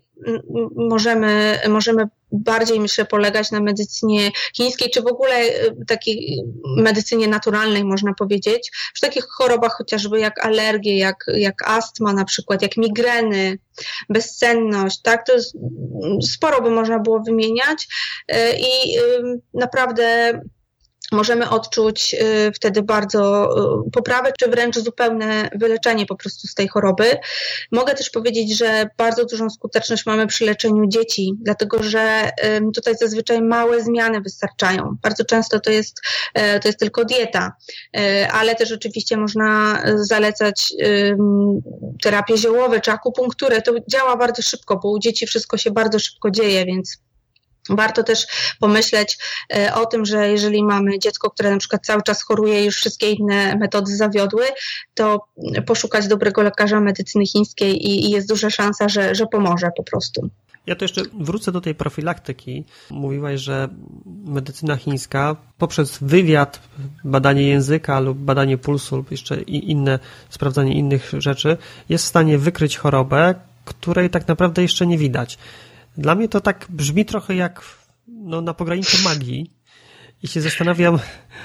możemy, możemy bardziej, myślę, polegać na medycynie chińskiej, czy w ogóle takiej medycynie naturalnej, można powiedzieć, przy takich chorobach chociażby jak alergie, jak, jak astma na przykład, jak migreny, bezsenność, tak, to jest, sporo by można było wymieniać i naprawdę możemy odczuć y, wtedy bardzo y, poprawę, czy wręcz zupełne wyleczenie po prostu z tej choroby. Mogę też powiedzieć, że bardzo dużą skuteczność mamy przy leczeniu dzieci, dlatego że y, tutaj zazwyczaj małe zmiany wystarczają. Bardzo często to jest, y, to jest tylko dieta, y, ale też oczywiście można zalecać y, terapie ziołowe czy akupunkturę. To działa bardzo szybko, bo u dzieci wszystko się bardzo szybko dzieje, więc warto też pomyśleć o tym, że jeżeli mamy dziecko, które na przykład cały czas choruje i już wszystkie inne metody zawiodły, to poszukać dobrego lekarza medycyny chińskiej i, i jest duża szansa, że, że pomoże po prostu. Ja to jeszcze wrócę do tej profilaktyki. Mówiłaś, że medycyna chińska poprzez wywiad, badanie języka lub badanie pulsu lub jeszcze inne, sprawdzanie innych rzeczy jest w stanie wykryć chorobę, której tak naprawdę jeszcze nie widać. Dla mnie to tak brzmi trochę jak no, na pograniczu magii i się zastanawiam,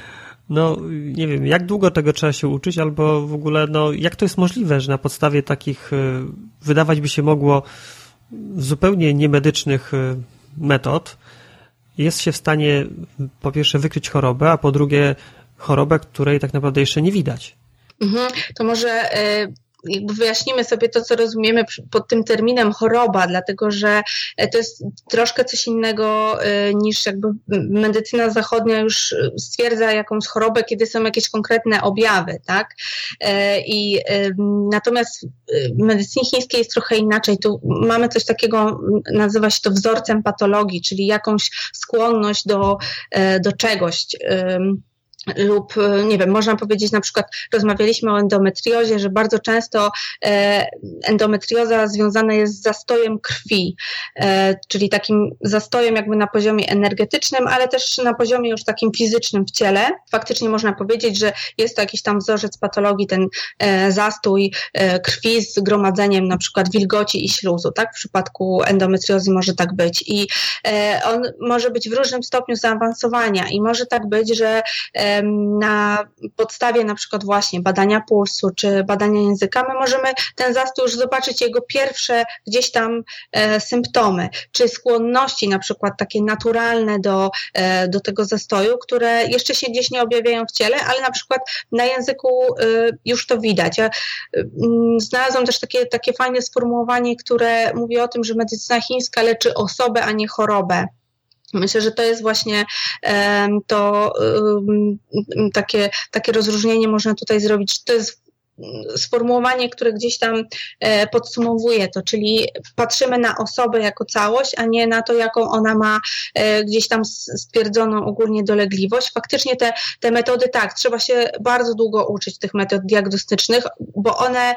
no nie wiem, jak długo tego trzeba się uczyć, albo w ogóle, no jak to jest możliwe, że na podstawie takich, wydawać by się mogło, zupełnie niemedycznych metod jest się w stanie po pierwsze wykryć chorobę, a po drugie chorobę, której tak naprawdę jeszcze nie widać. Mhm, to może... Y- jakby wyjaśnimy sobie to, co rozumiemy pod tym terminem choroba, dlatego że to jest troszkę coś innego niż jakby medycyna zachodnia już stwierdza jakąś chorobę, kiedy są jakieś konkretne objawy, tak? I natomiast w medycynie chińskiej jest trochę inaczej. Tu mamy coś takiego, nazywa się to wzorcem patologii, czyli jakąś skłonność do, do czegoś. Lub, nie wiem, można powiedzieć, na przykład rozmawialiśmy o endometriozie, że bardzo często e, endometrioza związana jest z zastojem krwi, e, czyli takim zastojem jakby na poziomie energetycznym, ale też na poziomie już takim fizycznym w ciele. Faktycznie można powiedzieć, że jest to jakiś tam wzorzec patologii, ten e, zastój e, krwi z gromadzeniem na przykład wilgoci i śluzu, tak? W przypadku endometriozy może tak być i e, on może być w różnym stopniu zaawansowania i może tak być, że e, na podstawie na przykład właśnie badania pulsu czy badania języka, my możemy ten zastój już zobaczyć jego pierwsze gdzieś tam e, symptomy, czy skłonności na przykład takie naturalne do, e, do tego zastoju, które jeszcze się gdzieś nie objawiają w ciele, ale na przykład na języku e, już to widać. Ja e, znalazłam też takie, takie fajne sformułowanie, które mówi o tym, że medycyna chińska leczy osobę, a nie chorobę. Myślę, że to jest właśnie um, to um, takie, takie rozróżnienie można tutaj zrobić. To jest sformułowanie, które gdzieś tam podsumowuje to, czyli patrzymy na osobę jako całość, a nie na to, jaką ona ma gdzieś tam stwierdzoną ogólnie dolegliwość. Faktycznie te, te metody, tak, trzeba się bardzo długo uczyć tych metod diagnostycznych, bo one,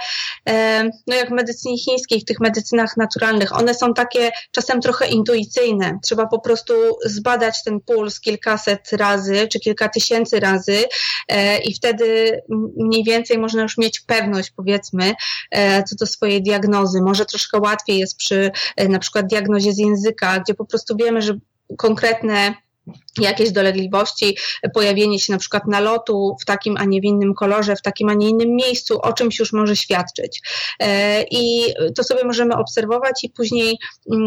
no jak w medycynie chińskiej, w tych medycynach naturalnych, one są takie czasem trochę intuicyjne. Trzeba po prostu zbadać ten puls kilkaset razy, czy kilka tysięcy razy i wtedy mniej więcej można już mieć pewność, powiedzmy, co do swojej diagnozy. Może troszkę łatwiej jest przy na przykład diagnozie z języka, gdzie po prostu wiemy, że konkretne jakieś dolegliwości, pojawienie się na przykład nalotu w takim, a nie w innym kolorze, w takim, a nie innym miejscu, o czymś już może świadczyć. I to sobie możemy obserwować i później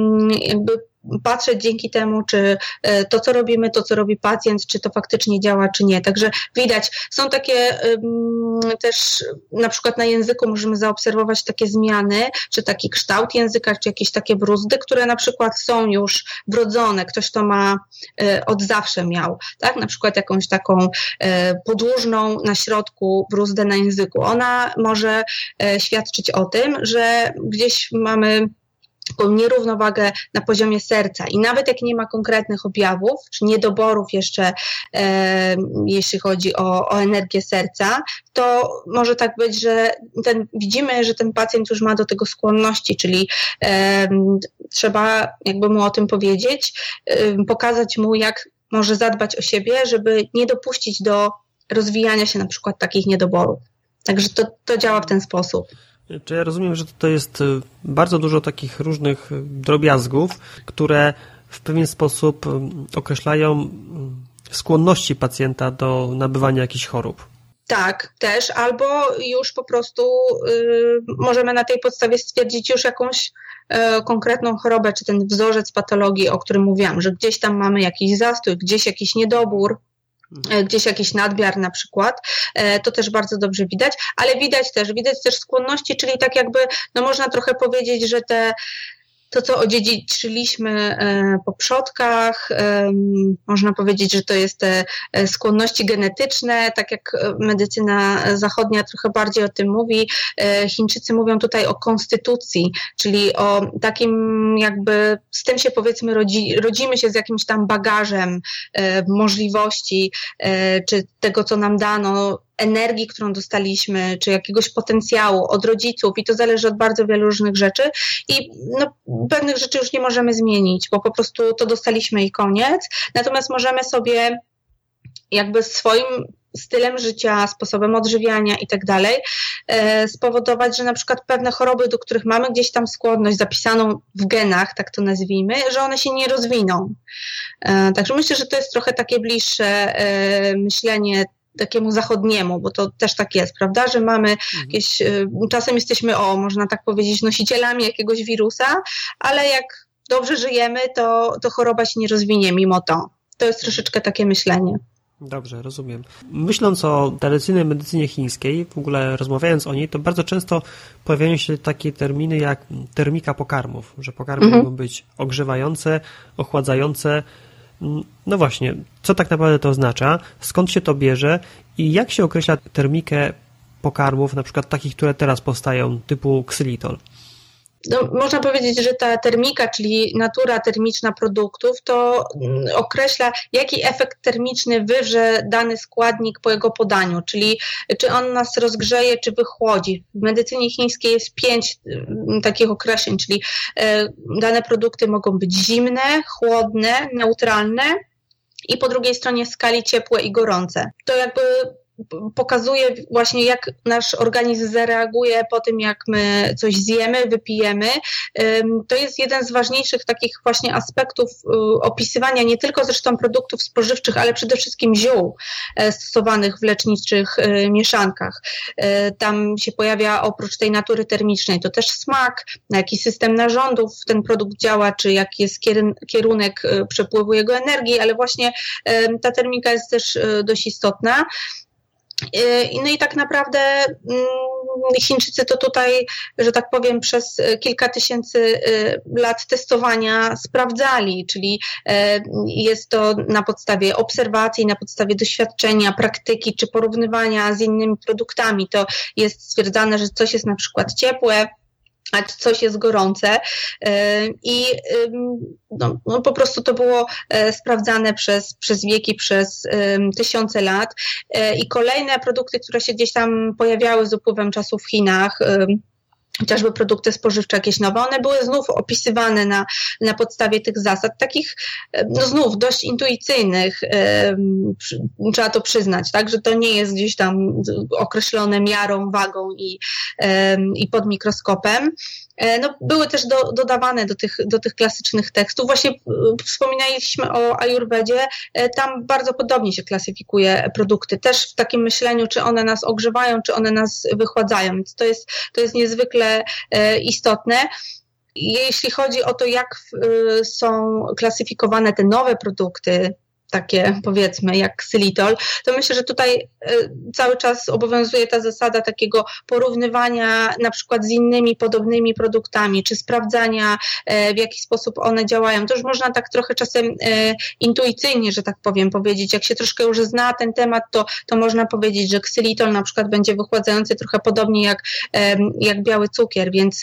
jakby patrzeć dzięki temu, czy to, co robimy, to, co robi pacjent, czy to faktycznie działa, czy nie. Także widać, są takie um, też na przykład na języku możemy zaobserwować takie zmiany, czy taki kształt języka, czy jakieś takie bruzdy, które na przykład są już wrodzone. Ktoś to ma e, od zawsze miał, tak? Na przykład jakąś taką e, podłużną na środku bruzdę na języku. Ona może e, świadczyć o tym, że gdzieś mamy taką nierównowagę na poziomie serca i nawet jak nie ma konkretnych objawów, czy niedoborów jeszcze, e, jeśli chodzi o, o energię serca, to może tak być, że ten, widzimy, że ten pacjent już ma do tego skłonności, czyli e, trzeba jakby mu o tym powiedzieć, e, pokazać mu, jak może zadbać o siebie, żeby nie dopuścić do rozwijania się na przykład takich niedoborów. Także to, to działa w ten sposób. Czy ja rozumiem, że to jest bardzo dużo takich różnych drobiazgów, które w pewien sposób określają skłonności pacjenta do nabywania jakichś chorób? Tak, też, albo już po prostu y, możemy na tej podstawie stwierdzić już jakąś y, konkretną chorobę, czy ten wzorzec patologii, o którym mówiłam, że gdzieś tam mamy jakiś zastój, gdzieś jakiś niedobór, gdzieś jakiś nadmiar na przykład, to też bardzo dobrze widać, ale widać też, widać też skłonności, czyli tak jakby, no można trochę powiedzieć, że te to, co odziedziczyliśmy po przodkach, można powiedzieć, że to jest te skłonności genetyczne, tak jak medycyna zachodnia trochę bardziej o tym mówi. Chińczycy mówią tutaj o konstytucji, czyli o takim jakby, z tym się powiedzmy rodzi, rodzimy się z jakimś tam bagażem możliwości, czy tego, co nam dano, energii, którą dostaliśmy, czy jakiegoś potencjału od rodziców i to zależy od bardzo wielu różnych rzeczy i no, pewnych rzeczy już nie możemy zmienić, bo po prostu to dostaliśmy i koniec. Natomiast możemy sobie jakby swoim stylem życia, sposobem odżywiania i tak dalej spowodować, że na przykład pewne choroby, do których mamy gdzieś tam skłonność zapisaną w genach, tak to nazwijmy, że one się nie rozwiną. E, także myślę, że to jest trochę takie bliższe e, myślenie takiemu zachodniemu, bo to też tak jest, prawda, że mamy jakieś, czasem jesteśmy, o, można tak powiedzieć, nosicielami jakiegoś wirusa, ale jak dobrze żyjemy, to, to choroba się nie rozwinie mimo to. To jest troszeczkę takie myślenie. Dobrze, rozumiem. Myśląc o tradycyjnej medycynie chińskiej, w ogóle rozmawiając o niej, to bardzo często pojawiają się takie terminy jak termika pokarmów, że pokarmy mhm. mogą być ogrzewające, ochładzające. No właśnie, co tak naprawdę to oznacza, skąd się to bierze i jak się określa termikę pokarmów, na przykład takich, które teraz powstają, typu ksylitol? No, można powiedzieć, że ta termika, czyli natura termiczna produktów, to określa, jaki efekt termiczny wywrze dany składnik po jego podaniu, czyli czy on nas rozgrzeje, czy wychłodzi. W medycynie chińskiej jest pięć takich określeń, czyli dane produkty mogą być zimne, chłodne, neutralne i po drugiej stronie skali ciepłe i gorące. To jakby pokazuje właśnie, jak nasz organizm zareaguje po tym, jak my coś zjemy, wypijemy. To jest jeden z ważniejszych takich właśnie aspektów opisywania nie tylko zresztą produktów spożywczych, ale przede wszystkim ziół stosowanych w leczniczych mieszankach. Tam się pojawia oprócz tej natury termicznej to też smak, na jaki system narządów ten produkt działa, czy jaki jest kierunek przepływu jego energii, ale właśnie ta termika jest też dość istotna. No i tak naprawdę Chińczycy to tutaj, że tak powiem, przez kilka tysięcy lat testowania sprawdzali, czyli jest to na podstawie obserwacji, na podstawie doświadczenia, praktyki czy porównywania z innymi produktami. To jest stwierdzane, że coś jest na przykład ciepłe, a coś jest gorące i no, no po prostu to było sprawdzane przez, przez wieki, przez tysiące lat i kolejne produkty, które się gdzieś tam pojawiały z upływem czasu w Chinach, chociażby produkty spożywcze jakieś nowe, one były znów opisywane na, na podstawie tych zasad, takich no znów dość intuicyjnych, yy, trzeba to przyznać, tak, że to nie jest gdzieś tam określone miarą, wagą i, yy, i pod mikroskopem. No, były też do, dodawane do tych, do tych klasycznych tekstów. Właśnie wspominaliśmy o ajurwedzie, tam bardzo podobnie się klasyfikuje produkty, też w takim myśleniu, czy one nas ogrzewają, czy one nas wychładzają, więc to jest, to jest niezwykle istotne. Jeśli chodzi o to, jak są klasyfikowane te nowe produkty, takie powiedzmy jak ksylitol, to myślę, że tutaj cały czas obowiązuje ta zasada takiego porównywania na przykład z innymi podobnymi produktami, czy sprawdzania, w jaki sposób one działają. To już można tak trochę czasem intuicyjnie, że tak powiem, powiedzieć. Jak się troszkę już zna ten temat, to, to można powiedzieć, że ksylitol na przykład będzie wychładzający trochę podobnie jak, jak biały cukier, więc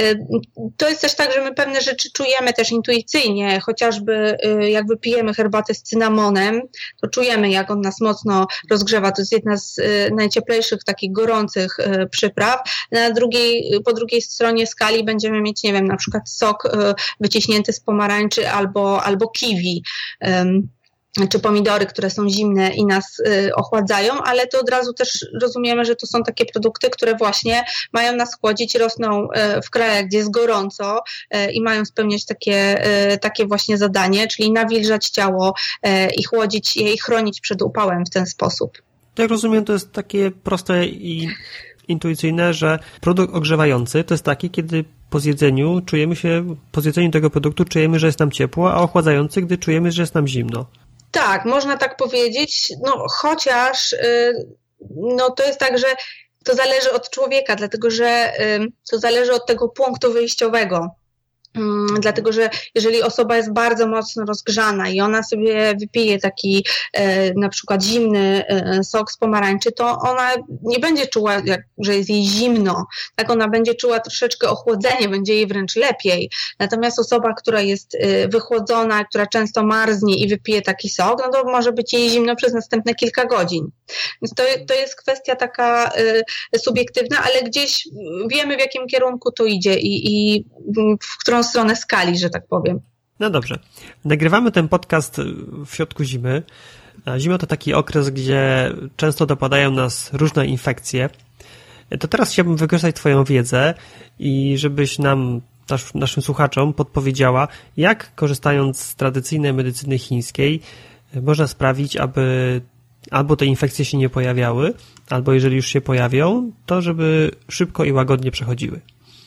to jest też tak, że my pewne rzeczy czujemy też intuicyjnie, chociażby jak wypijemy herbatę z cynamonem, to czujemy, jak on nas mocno rozgrzewa. To jest jedna z y, najcieplejszych, takich gorących y, przypraw. Na drugiej, po drugiej stronie skali będziemy mieć, nie wiem, na przykład sok y, wyciśnięty z pomarańczy albo, albo kiwi. Ym. czy pomidory, które są zimne i nas y, ochładzają, ale to od razu też rozumiemy, że to są takie produkty, które właśnie mają nas chłodzić, rosną y, w krajach, gdzie jest gorąco y, i mają spełniać takie, y, takie właśnie zadanie, czyli nawilżać ciało y, i chłodzić je i chronić przed upałem w ten sposób. Jak rozumiem, to jest takie proste i intuicyjne, że produkt ogrzewający to jest taki, kiedy po zjedzeniu czujemy się, po zjedzeniu tego produktu czujemy, że jest nam ciepło, a ochładzający, gdy czujemy, że jest nam zimno. Tak, można tak powiedzieć, no chociaż y, no to jest tak, że to zależy od człowieka, dlatego że y, to zależy od tego punktu wyjściowego. Hmm, dlatego, że jeżeli osoba jest bardzo mocno rozgrzana i ona sobie wypije taki e, na przykład zimny e, sok z pomarańczy, to ona nie będzie czuła, jak, że jest jej zimno, tak, ona będzie czuła troszeczkę ochłodzenie, będzie jej wręcz lepiej. Natomiast osoba, która jest e, wychłodzona, która często marznie i wypije taki sok, no to może być jej zimno przez następne kilka godzin. Więc to, to jest kwestia taka e, subiektywna, ale gdzieś wiemy, w jakim kierunku to idzie i, i w którą stronę skali, że tak powiem. No dobrze. Nagrywamy ten podcast w środku zimy. Zima to taki okres, gdzie często dopadają nas różne infekcje. To teraz chciałbym wykorzystać Twoją wiedzę i żebyś nam, nasz, naszym słuchaczom podpowiedziała, jak korzystając z tradycyjnej medycyny chińskiej można sprawić, aby albo te infekcje się nie pojawiały, albo jeżeli już się pojawią, to żeby szybko i łagodnie przechodziły.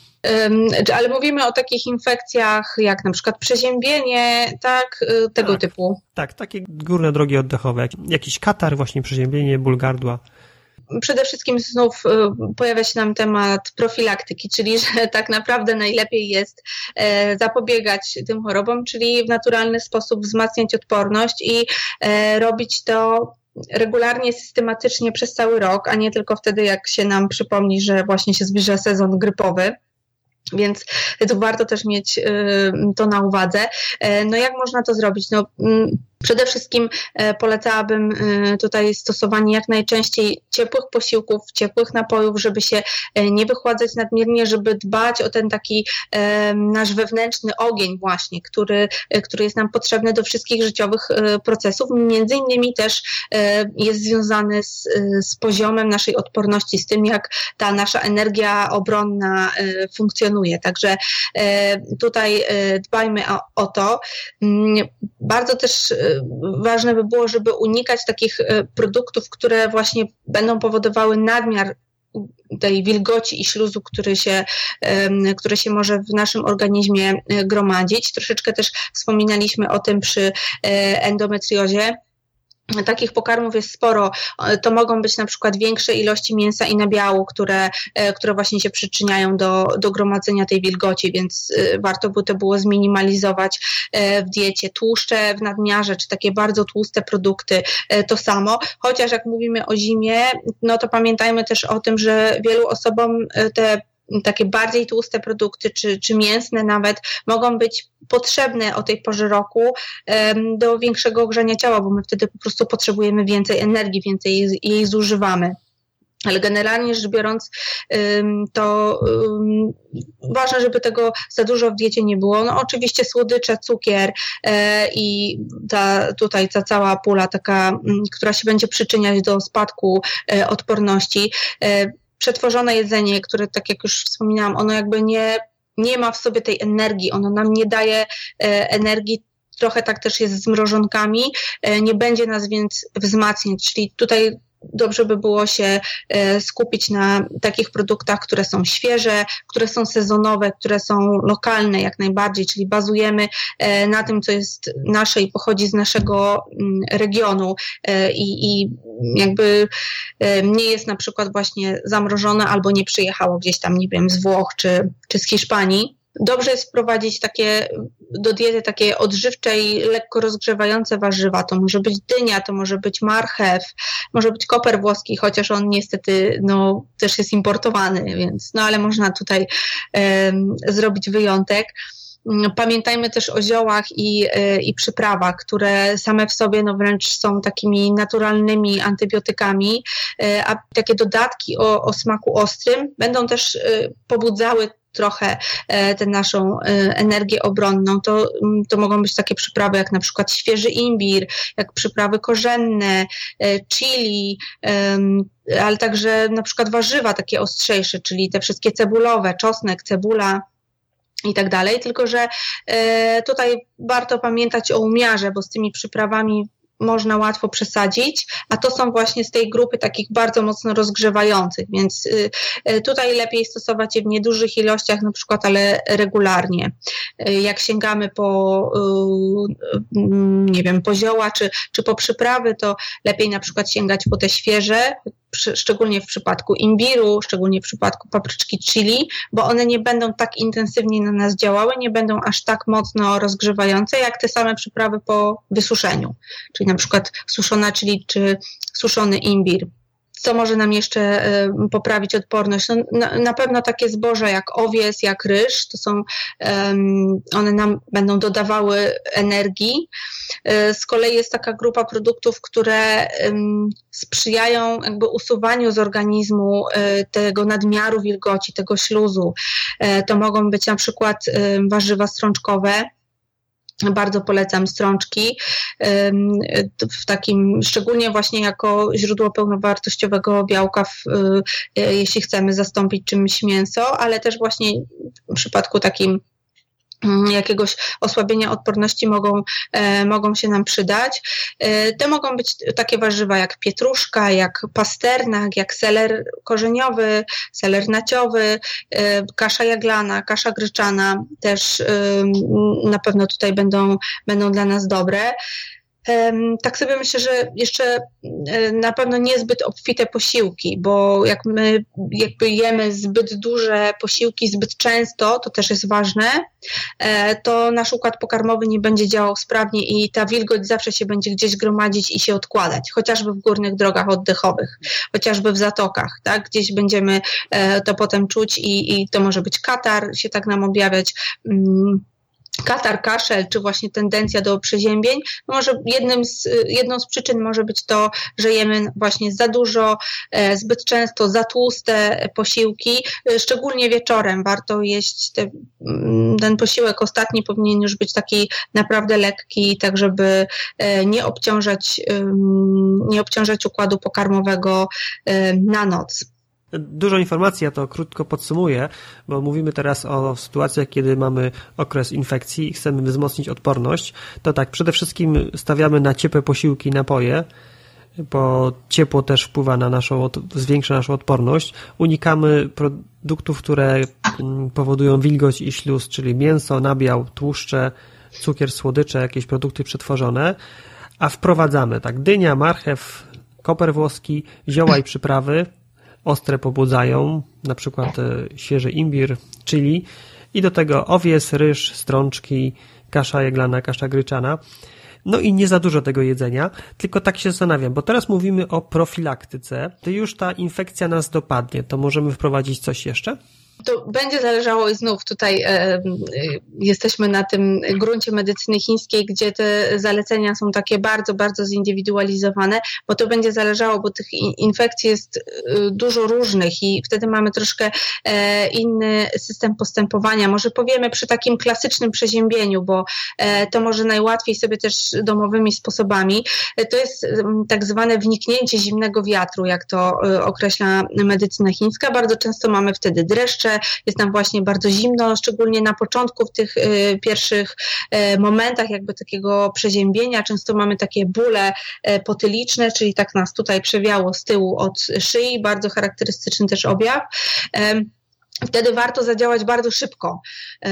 Ale mówimy o takich infekcjach jak na przykład przeziębienie, tak, tego tak, typu. Tak, takie górne drogi oddechowe, jakiś katar, właśnie przeziębienie, ból gardła. Przede wszystkim znów pojawia się nam temat profilaktyki, czyli że tak naprawdę najlepiej jest zapobiegać tym chorobom, czyli w naturalny sposób wzmacniać odporność i robić to regularnie, systematycznie przez cały rok, a nie tylko wtedy, jak się nam przypomni, że właśnie się zbliża sezon grypowy. Więc tu warto też mieć y, to na uwadze. E, no jak można to zrobić? No, y, przede wszystkim e, polecałabym y, tutaj stosowanie jak najczęściej ciepłych posiłków, ciepłych napojów, żeby się e, nie wychładzać nadmiernie, żeby dbać o ten taki e, nasz wewnętrzny ogień właśnie, który, e, który jest nam potrzebny do wszystkich życiowych e, procesów. Między innymi też e, jest związany z, z poziomem naszej odporności, z tym jak ta nasza energia obronna e, funkcjonuje. Także e, tutaj e, dbajmy o, o to. Bardzo też e, ważne by było, żeby unikać takich e, produktów, które właśnie będą powodowały nadmiar tej wilgoci i śluzu, który się, e, który się może w naszym organizmie e, gromadzić. Troszeczkę też wspominaliśmy o tym przy e, endometriozie. Takich pokarmów jest sporo. To mogą być na przykład większe ilości mięsa i nabiału, które, które właśnie się przyczyniają do, do gromadzenia tej wilgoci, więc warto by to było zminimalizować w diecie. Tłuszcze w nadmiarze, czy takie bardzo tłuste produkty, to samo. Chociaż jak mówimy o zimie, no to pamiętajmy też o tym, że wielu osobom te takie bardziej tłuste produkty, czy, czy mięsne nawet, mogą być potrzebne o tej porze roku um, do większego ogrzania ciała, bo my wtedy po prostu potrzebujemy więcej energii, więcej jej, jej zużywamy. Ale generalnie rzecz biorąc, um, to um, ważne, żeby tego za dużo w diecie nie było. No oczywiście słodycze, cukier e, i ta, tutaj ta cała pula taka, m, która się będzie przyczyniać do spadku e, odporności. E, Przetworzone jedzenie, które, tak jak już wspominałam, ono jakby nie, nie ma w sobie tej energii, ono nam nie daje e, energii, trochę tak też jest z mrożonkami, e, nie będzie nas więc wzmacniać, czyli tutaj dobrze by było się e, skupić na takich produktach, które są świeże, które są sezonowe, które są lokalne jak najbardziej, czyli bazujemy e, na tym, co jest nasze i pochodzi z naszego m, regionu e, i, i jakby e, nie jest na przykład właśnie zamrożone albo nie przyjechało gdzieś tam, nie wiem, z Włoch czy, czy z Hiszpanii. Dobrze jest wprowadzić takie do diety takie odżywcze i lekko rozgrzewające warzywa. To może być dynia, to może być marchew, może być koper włoski, chociaż on niestety no, też jest importowany, więc no ale można tutaj um, zrobić wyjątek. Pamiętajmy też o ziołach i, i przyprawach, które same w sobie no wręcz są takimi naturalnymi antybiotykami, a takie dodatki o, o smaku ostrym będą też pobudzały trochę tę naszą energię obronną. To, to mogą być takie przyprawy jak na przykład świeży imbir, jak przyprawy korzenne, chili, ale także na przykład warzywa takie ostrzejsze, czyli te wszystkie cebulowe, czosnek, cebula i tak dalej, tylko że tutaj warto pamiętać o umiarze, bo z tymi przyprawami można łatwo przesadzić, a to są właśnie z tej grupy takich bardzo mocno rozgrzewających, więc tutaj lepiej stosować je w niedużych ilościach na przykład, ale regularnie. Jak sięgamy po, nie wiem, po zioła czy, czy po przyprawy, to lepiej na przykład sięgać po te świeże, szczególnie w przypadku imbiru, szczególnie w przypadku papryczki chili, bo one nie będą tak intensywnie na nas działały, nie będą aż tak mocno rozgrzewające, jak te same przyprawy po wysuszeniu, czyli na przykład suszona chili czy suszony imbir. Co może nam jeszcze y, poprawić odporność? No, na, na pewno takie zboża jak owies, jak ryż, to są, um, one nam będą dodawały energii. Y, z kolei jest taka grupa produktów, które um, sprzyjają jakby usuwaniu z organizmu y, tego nadmiaru wilgoci, tego śluzu. Y, to mogą być na przykład y, warzywa strączkowe. Bardzo polecam strączki, w takim, szczególnie właśnie jako źródło pełnowartościowego białka, w, jeśli chcemy zastąpić czymś mięso, ale też właśnie w przypadku takim jakiegoś osłabienia odporności mogą, e, mogą się nam przydać. E, te mogą być takie warzywa jak pietruszka, jak pasternak, jak seler korzeniowy, seler naciowy, e, kasza jaglana, kasza gryczana też e, na pewno tutaj będą, będą dla nas dobre. Tak sobie myślę, że jeszcze na pewno niezbyt obfite posiłki, bo jak my jakby jemy zbyt duże posiłki zbyt często, to też jest ważne, to nasz układ pokarmowy nie będzie działał sprawnie i ta wilgoć zawsze się będzie gdzieś gromadzić i się odkładać, chociażby w górnych drogach oddechowych, chociażby w zatokach, tak? Gdzieś będziemy to potem czuć i, i to może być katar, się tak nam objawiać, katar, kaszel, czy właśnie tendencja do przeziębień, no może jednym z, jedną z przyczyn może być to, że jemy właśnie za dużo, e, zbyt często za tłuste posiłki, e, szczególnie wieczorem warto jeść te, ten posiłek ostatni powinien już być taki naprawdę lekki, tak żeby e, nie obciążać, e, nie obciążać układu pokarmowego e, na noc. Dużo informacji, ja to krótko podsumuję, bo mówimy teraz o sytuacjach, kiedy mamy okres infekcji i chcemy wzmocnić odporność. To tak, przede wszystkim stawiamy na ciepłe posiłki, napoje, bo ciepło też wpływa na naszą, zwiększa naszą odporność. Unikamy produktów, które powodują wilgoć i śluz, czyli mięso, nabiał, tłuszcze, cukier, słodycze, jakieś produkty przetworzone. A wprowadzamy tak dynia, marchew, koper włoski, zioła i przyprawy, ostre pobudzają, na przykład świeży imbir, chili i do tego owies, ryż, strączki, kasza jaglana, kasza gryczana. No i nie za dużo tego jedzenia, tylko tak się zastanawiam, bo teraz mówimy o profilaktyce. Gdy już ta infekcja nas dopadnie, to możemy wprowadzić coś jeszcze? To będzie zależało i znów tutaj e, jesteśmy na tym gruncie medycyny chińskiej, gdzie te zalecenia są takie bardzo, bardzo zindywidualizowane, bo to będzie zależało, bo tych infekcji jest dużo różnych i wtedy mamy troszkę e, inny system postępowania. Może powiemy przy takim klasycznym przeziębieniu, bo e, to może najłatwiej sobie też domowymi sposobami. E, to jest m, tak zwane wniknięcie zimnego wiatru, jak to e, określa medycyna chińska. Bardzo często mamy wtedy dreszcze, jest nam właśnie bardzo zimno, szczególnie na początku w tych y, pierwszych y, momentach jakby takiego przeziębienia. Często mamy takie bóle y, potyliczne, czyli tak nas tutaj przewiało z tyłu od szyi, bardzo charakterystyczny też objaw. Y, Wtedy warto zadziałać bardzo szybko.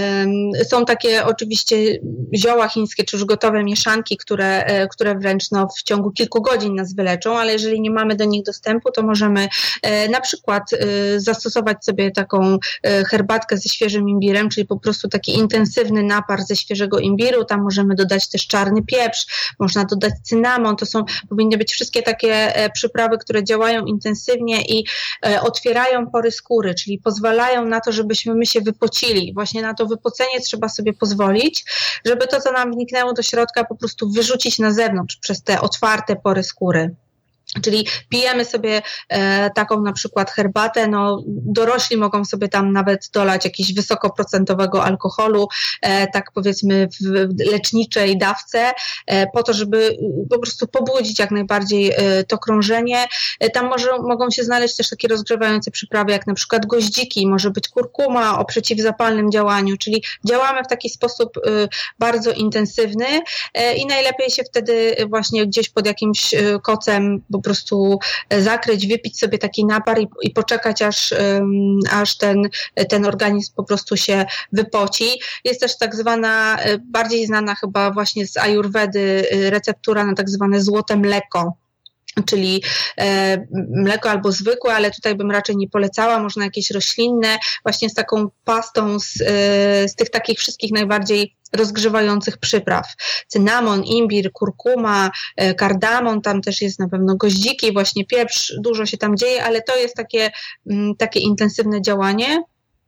Są takie oczywiście zioła chińskie, czy już gotowe mieszanki, które, które wręcz no, w ciągu kilku godzin nas wyleczą, ale jeżeli nie mamy do nich dostępu, to możemy na przykład zastosować sobie taką herbatkę ze świeżym imbirem, czyli po prostu taki intensywny napar ze świeżego imbiru. Tam możemy dodać też czarny pieprz, można dodać cynamon. To są, powinny być wszystkie takie przyprawy, które działają intensywnie i otwierają pory skóry, czyli pozwalają na to, żebyśmy my się wypocili. Właśnie na to wypocenie trzeba sobie pozwolić, żeby to, co nam wniknęło do środka, po prostu wyrzucić na zewnątrz przez te otwarte pory skóry. Czyli pijemy sobie e, taką na przykład herbatę, no dorośli mogą sobie tam nawet dolać jakiegoś wysokoprocentowego alkoholu, e, tak powiedzmy w leczniczej dawce, e, po to, żeby po prostu pobudzić jak najbardziej e, to krążenie. E, tam może, mogą się znaleźć też takie rozgrzewające przyprawy, jak na przykład goździki, może być kurkuma o przeciwzapalnym działaniu, czyli działamy w taki sposób e, bardzo intensywny e, i najlepiej się wtedy właśnie gdzieś pod jakimś e, kocem po prostu zakryć, wypić sobie taki napar i, i poczekać, aż, um, aż ten, ten organizm po prostu się wypoci. Jest też tak zwana, bardziej znana chyba właśnie z ajurwedy receptura na tak zwane złote mleko. Czyli e, mleko albo zwykłe, ale tutaj bym raczej nie polecała, można jakieś roślinne, właśnie z taką pastą z, e, z tych takich wszystkich najbardziej rozgrzewających przypraw. Cynamon, imbir, kurkuma, e, kardamon, tam też jest na pewno goździki, właśnie pieprz, dużo się tam dzieje, ale to jest takie, m, takie intensywne działanie.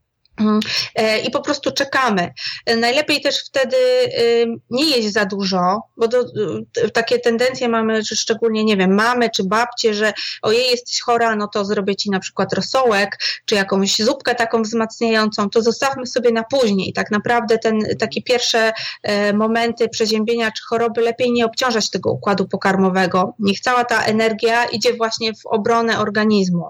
I po prostu czekamy. Najlepiej też wtedy nie jeść za dużo, bo to, takie tendencje mamy, że szczególnie, nie wiem, mamy czy babcie, że ojej, jesteś chora, no to zrobię ci na przykład rosołek, czy jakąś zupkę taką wzmacniającą, to zostawmy sobie na później. Tak naprawdę ten, takie pierwsze momenty przeziębienia czy choroby lepiej nie obciążać tego układu pokarmowego. Niech cała ta energia idzie właśnie w obronę organizmu.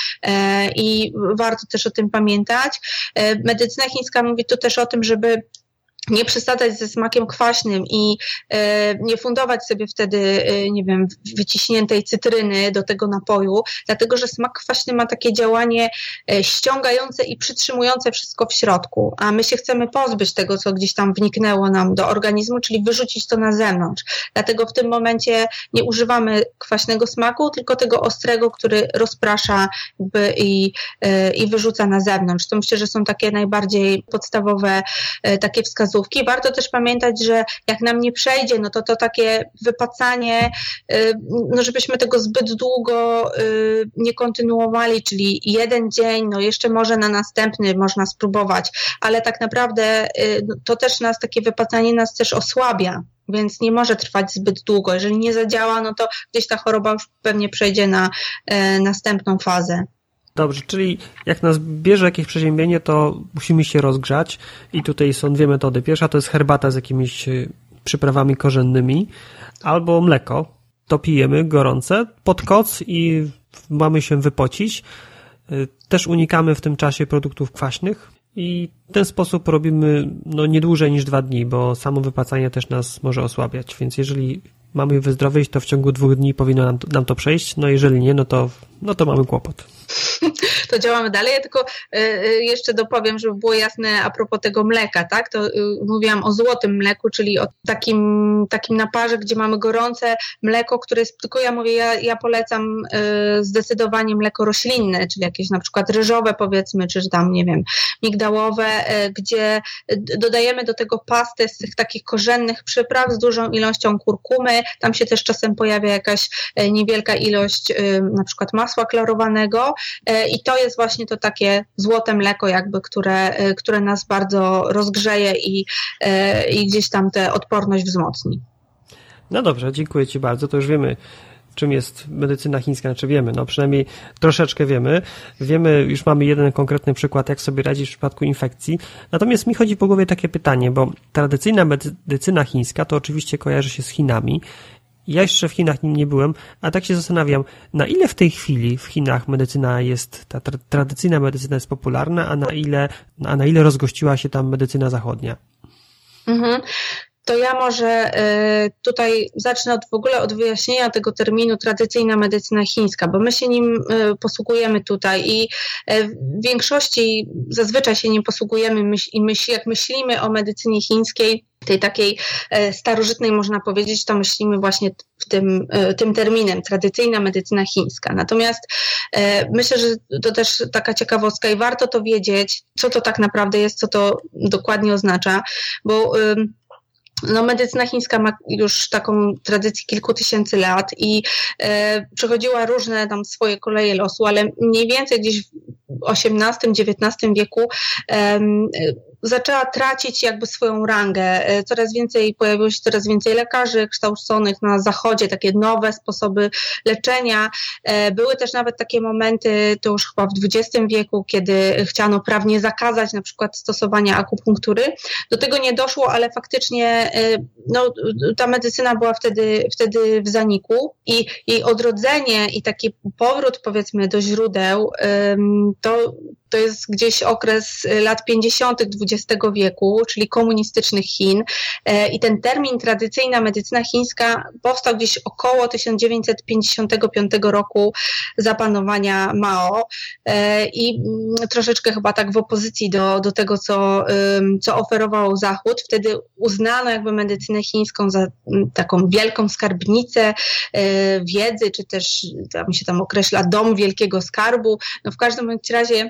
I warto też o tym pamiętać. Medycyna chińska mówi tu też o tym, żeby nie przesadzać ze smakiem kwaśnym i e, nie fundować sobie wtedy, e, nie wiem, wyciśniętej cytryny do tego napoju, dlatego że smak kwaśny ma takie działanie e, ściągające i przytrzymujące wszystko w środku, a my się chcemy pozbyć tego, co gdzieś tam wniknęło nam do organizmu, czyli wyrzucić to na zewnątrz. Dlatego w tym momencie nie używamy kwaśnego smaku, tylko tego ostrego, który rozprasza jakby i, e, i wyrzuca na zewnątrz. To myślę, że są takie najbardziej podstawowe e, takie wskazówki. Warto też pamiętać, że jak nam nie przejdzie, no to to takie wypacanie, no żebyśmy tego zbyt długo nie kontynuowali, czyli jeden dzień, no jeszcze może na następny można spróbować, ale tak naprawdę to też nas, takie wypacanie nas też osłabia. Więc nie może trwać zbyt długo. Jeżeli nie zadziała, no to gdzieś ta choroba już pewnie przejdzie na e, następną fazę. Dobrze, czyli jak nas bierze jakieś przeziębienie, to musimy się rozgrzać i tutaj są dwie metody. Pierwsza to jest herbata z jakimiś przyprawami korzennymi albo mleko. To pijemy gorące pod koc i mamy się wypocić. Też unikamy w tym czasie produktów kwaśnych i w ten sposób robimy no, nie dłużej niż dwa dni, bo samo wypacanie też nas może osłabiać, więc jeżeli mamy wyzdrowieć, to w ciągu dwóch dni powinno nam to, nam to przejść, no jeżeli nie, no to no to mamy kłopot. To działamy dalej. Ja tylko jeszcze dopowiem, żeby było jasne a propos tego mleka, tak? To mówiłam o złotym mleku, czyli o takim, takim naparze, gdzie mamy gorące mleko, które jest, tylko ja mówię, ja, ja polecam zdecydowanie mleko roślinne, czyli jakieś na przykład ryżowe powiedzmy, czy tam, nie wiem, migdałowe, gdzie dodajemy do tego pastę z tych takich korzennych przypraw z dużą ilością kurkumy. Tam się też czasem pojawia jakaś niewielka ilość na przykład masła klarowanego i to jest właśnie to takie złote mleko jakby, które, które nas bardzo rozgrzeje i, i gdzieś tam tę odporność wzmocni. No dobrze, dziękuję Ci bardzo. To już wiemy, czym jest medycyna chińska, znaczy wiemy, no przynajmniej troszeczkę wiemy. Wiemy, już mamy jeden konkretny przykład, jak sobie radzić w przypadku infekcji. Natomiast mi chodzi po głowie takie pytanie, bo tradycyjna medycyna chińska to oczywiście kojarzy się z Chinami. Ja jeszcze w Chinach nim nie byłem, a tak się zastanawiam, na ile w tej chwili w Chinach medycyna jest, ta tra- tradycyjna medycyna jest popularna, a na ile, a na ile rozgościła się tam medycyna zachodnia? Mhm. To ja może y, tutaj zacznę od, w ogóle od wyjaśnienia tego terminu tradycyjna medycyna chińska, bo my się nim y, posługujemy tutaj i y, w większości zazwyczaj się nim posługujemy myśl, i myśl, jak myślimy o medycynie chińskiej, tej takiej y, starożytnej można powiedzieć, to myślimy właśnie w tym, y, tym terminem tradycyjna medycyna chińska. Natomiast y, myślę, że to też taka ciekawostka i warto to wiedzieć, co to tak naprawdę jest, co to dokładnie oznacza, bo y, No, medycyna chińska ma już taką tradycję kilku tysięcy lat i e, przechodziła różne tam swoje koleje losu, ale mniej więcej gdzieś w osiemnastym dziewiętnastym wieku e, zaczęła tracić jakby swoją rangę. E, coraz więcej, pojawiło się coraz więcej lekarzy kształconych na zachodzie, takie nowe sposoby leczenia. E, były też nawet takie momenty, to już chyba w dwudziestym wieku, kiedy chciano prawnie zakazać na przykład stosowania akupunktury. Do tego nie doszło, ale faktycznie no, ta medycyna była wtedy, wtedy w zaniku i jej odrodzenie i taki powrót powiedzmy do źródeł to, to jest gdzieś okres lat pięćdziesiątych dwudziestego wieku, czyli komunistycznych Chin i ten termin tradycyjna medycyna chińska powstał gdzieś około tysiąc dziewięćset pięćdziesiątego piątego roku za panowania Mao i troszeczkę chyba tak w opozycji do, do tego, co, co oferował Zachód. Wtedy uznano jakby medycynę chińską za taką wielką skarbnicę wiedzy, czy też tam się tam określa dom wielkiego skarbu. No w każdym razie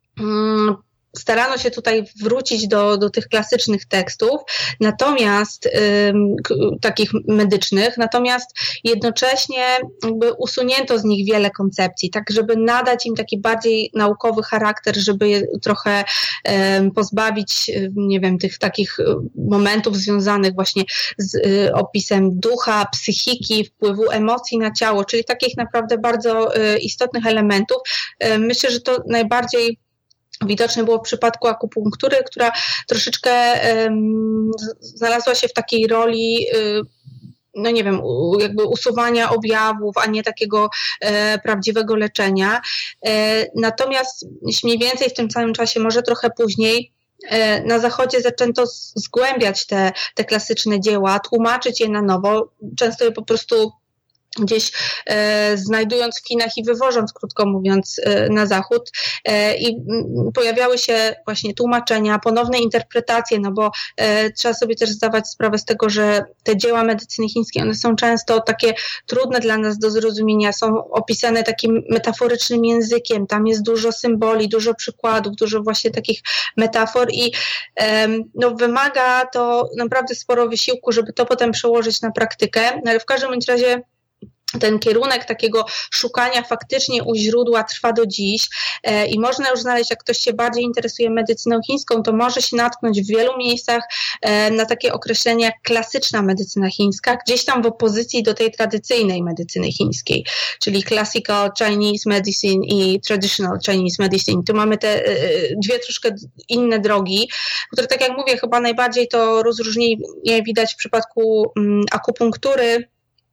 hmm, starano się tutaj wrócić do, do tych klasycznych tekstów, natomiast ym, k, takich medycznych, natomiast jednocześnie jakby usunięto z nich wiele koncepcji, tak żeby nadać im taki bardziej naukowy charakter, żeby je trochę ym, pozbawić, nie wiem, tych takich momentów związanych właśnie z y, opisem ducha, psychiki, wpływu emocji na ciało, czyli takich naprawdę bardzo y, istotnych elementów. Y, myślę, że to najbardziej widoczne było w przypadku akupunktury, która troszeczkę um, znalazła się w takiej roli, um, no nie wiem, u, jakby usuwania objawów, a nie takiego e, prawdziwego leczenia. E, natomiast mniej więcej w tym samym czasie, może trochę później, e, na Zachodzie zaczęto zgłębiać te, te klasyczne dzieła, tłumaczyć je na nowo, często je po prostu gdzieś e, znajdując w Chinach i wywożąc, krótko mówiąc, e, na zachód e, i m, pojawiały się właśnie tłumaczenia, ponowne interpretacje, no bo e, trzeba sobie też zdawać sprawę z tego, że te dzieła medycyny chińskiej, one są często takie trudne dla nas do zrozumienia, są opisane takim metaforycznym językiem, tam jest dużo symboli, dużo przykładów, dużo właśnie takich metafor i e, no, wymaga to naprawdę sporo wysiłku, żeby to potem przełożyć na praktykę, no, ale w każdym bądź razie ten kierunek takiego szukania faktycznie u źródła trwa do dziś e, i można już znaleźć, jak ktoś się bardziej interesuje medycyną chińską, to może się natknąć w wielu miejscach e, na takie określenie jak klasyczna medycyna chińska, gdzieś tam w opozycji do tej tradycyjnej medycyny chińskiej, czyli classical Chinese medicine i traditional Chinese medicine. Tu mamy te e, dwie troszkę inne drogi, które, tak jak mówię, chyba najbardziej to rozróżnienie widać w przypadku mm, akupunktury,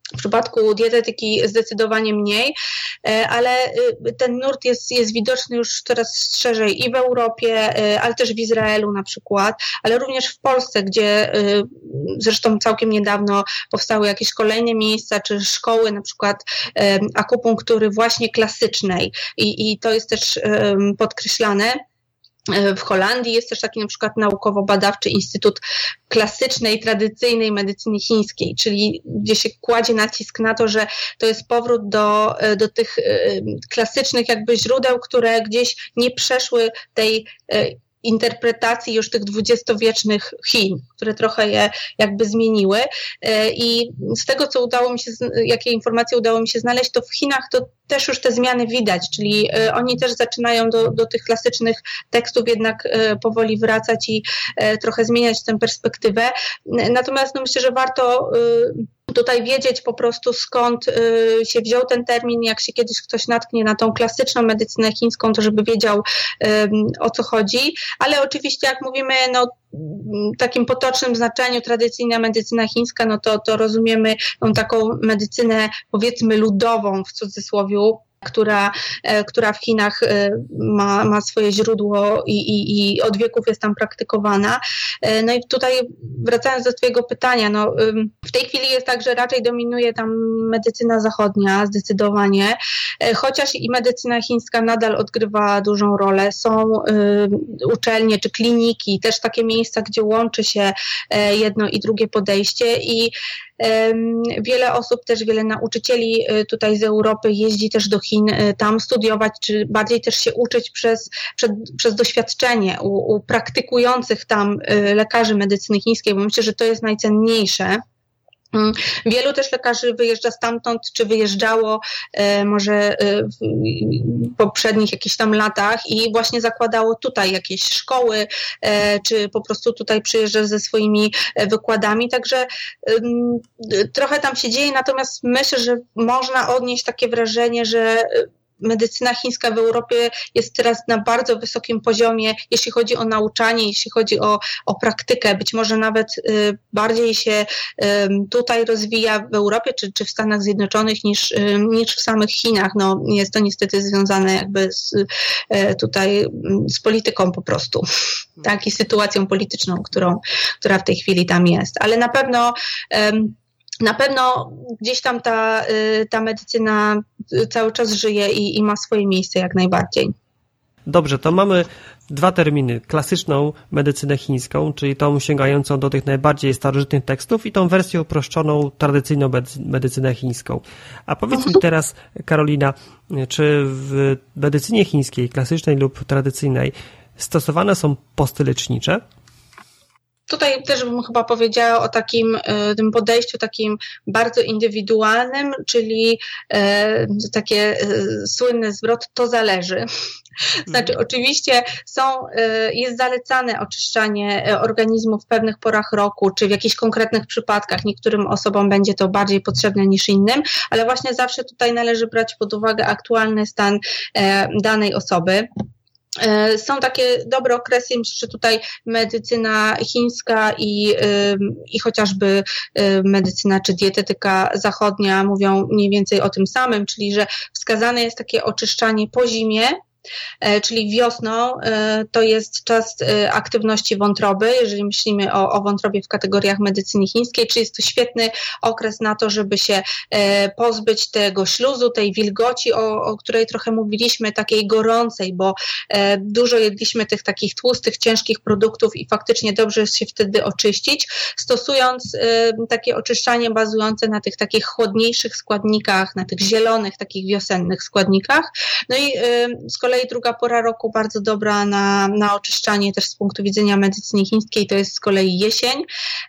W przypadku dietetyki zdecydowanie mniej, ale ten nurt jest, jest widoczny już coraz szerzej i w Europie, ale też w Izraelu na przykład, ale również w Polsce, gdzie zresztą całkiem niedawno powstały jakieś kolejne miejsca czy szkoły, na przykład akupunktury właśnie klasycznej i, i to jest też podkreślane. W Holandii jest też taki na przykład naukowo-badawczy Instytut Klasycznej, Tradycyjnej Medycyny Chińskiej, czyli gdzie się kładzie nacisk na to, że to jest powrót do, do tych klasycznych jakby źródeł, które gdzieś nie przeszły tej interpretacji już tych dwudziestowiecznych Chin, które trochę je jakby zmieniły. I z tego, co udało mi się, jakie informacje udało mi się znaleźć, to w Chinach to też już te zmiany widać, czyli oni też zaczynają do, do tych klasycznych tekstów jednak powoli wracać i trochę zmieniać tę perspektywę. Natomiast no myślę, że warto tutaj wiedzieć po prostu, skąd się wziął ten termin, jak się kiedyś ktoś natknie na tą klasyczną medycynę chińską, to żeby wiedział, o co chodzi, ale oczywiście jak mówimy, no w takim potocznym znaczeniu tradycyjna medycyna chińska, no to, to rozumiemy tą taką medycynę powiedzmy ludową w cudzysłowie, która, która w Chinach ma, ma swoje źródło i, i, i od wieków jest tam praktykowana. No i tutaj wracając do twojego pytania, no w tej chwili jest tak, że raczej dominuje tam medycyna zachodnia zdecydowanie, chociaż i medycyna chińska nadal odgrywa dużą rolę. Są uczelnie czy kliniki, też takie miejsca, gdzie łączy się jedno i drugie podejście i wiele osób, też wiele nauczycieli tutaj z Europy jeździ też do Chin tam studiować, czy bardziej też się uczyć przez, przez, przez doświadczenie u, u praktykujących tam lekarzy medycyny chińskiej, bo myślę, że to jest najcenniejsze. Wielu też lekarzy wyjeżdża stamtąd, czy wyjeżdżało e, może e, w poprzednich jakichś tam latach i właśnie zakładało tutaj jakieś szkoły, e, czy po prostu tutaj przyjeżdża ze swoimi wykładami, także e, trochę tam się dzieje, natomiast myślę, że można odnieść takie wrażenie, że medycyna chińska w Europie jest teraz na bardzo wysokim poziomie, jeśli chodzi o nauczanie, jeśli chodzi o, o praktykę. Być może nawet y, bardziej się y, tutaj rozwija w Europie czy, czy w Stanach Zjednoczonych niż, y, niż w samych Chinach. No, jest to niestety związane jakby z, y, tutaj z polityką po prostu, tak, i sytuacją polityczną, którą, która w tej chwili tam jest. Ale na pewno y, Na pewno gdzieś tam ta, ta medycyna cały czas żyje i, i ma swoje miejsce jak najbardziej. Dobrze, to mamy dwa terminy. Klasyczną medycynę chińską, czyli tą sięgającą do tych najbardziej starożytnych tekstów i tą wersję uproszczoną, tradycyjną medycynę chińską. A powiedz mi teraz, Karolina, czy w medycynie chińskiej, klasycznej lub tradycyjnej, stosowane są posty lecznicze? Tutaj też bym chyba powiedziała o takim tym podejściu takim bardzo indywidualnym, czyli e, takie e, słynny zwrot to zależy. Znaczy oczywiście są, e, jest zalecane oczyszczanie organizmu w pewnych porach roku, czy w jakichś konkretnych przypadkach. Niektórym osobom będzie to bardziej potrzebne niż innym, ale właśnie zawsze tutaj należy brać pod uwagę aktualny stan e, danej osoby. Są takie dobre okresy, myślę, że tutaj medycyna chińska i, i chociażby medycyna czy dietetyka zachodnia mówią mniej więcej o tym samym, czyli że wskazane jest takie oczyszczanie po zimie, czyli wiosną to jest czas aktywności wątroby, jeżeli myślimy o, o wątrobie w kategoriach medycyny chińskiej, czyli jest to świetny okres na to, żeby się pozbyć tego śluzu, tej wilgoci, o, o której trochę mówiliśmy, takiej gorącej, bo dużo jedliśmy tych takich tłustych, ciężkich produktów i faktycznie dobrze jest się wtedy oczyścić, stosując takie oczyszczanie bazujące na tych takich chłodniejszych składnikach, na tych zielonych, takich wiosennych składnikach. No i z kolei druga pora roku bardzo dobra na, na oczyszczanie też z punktu widzenia medycyny chińskiej to jest z kolei jesień,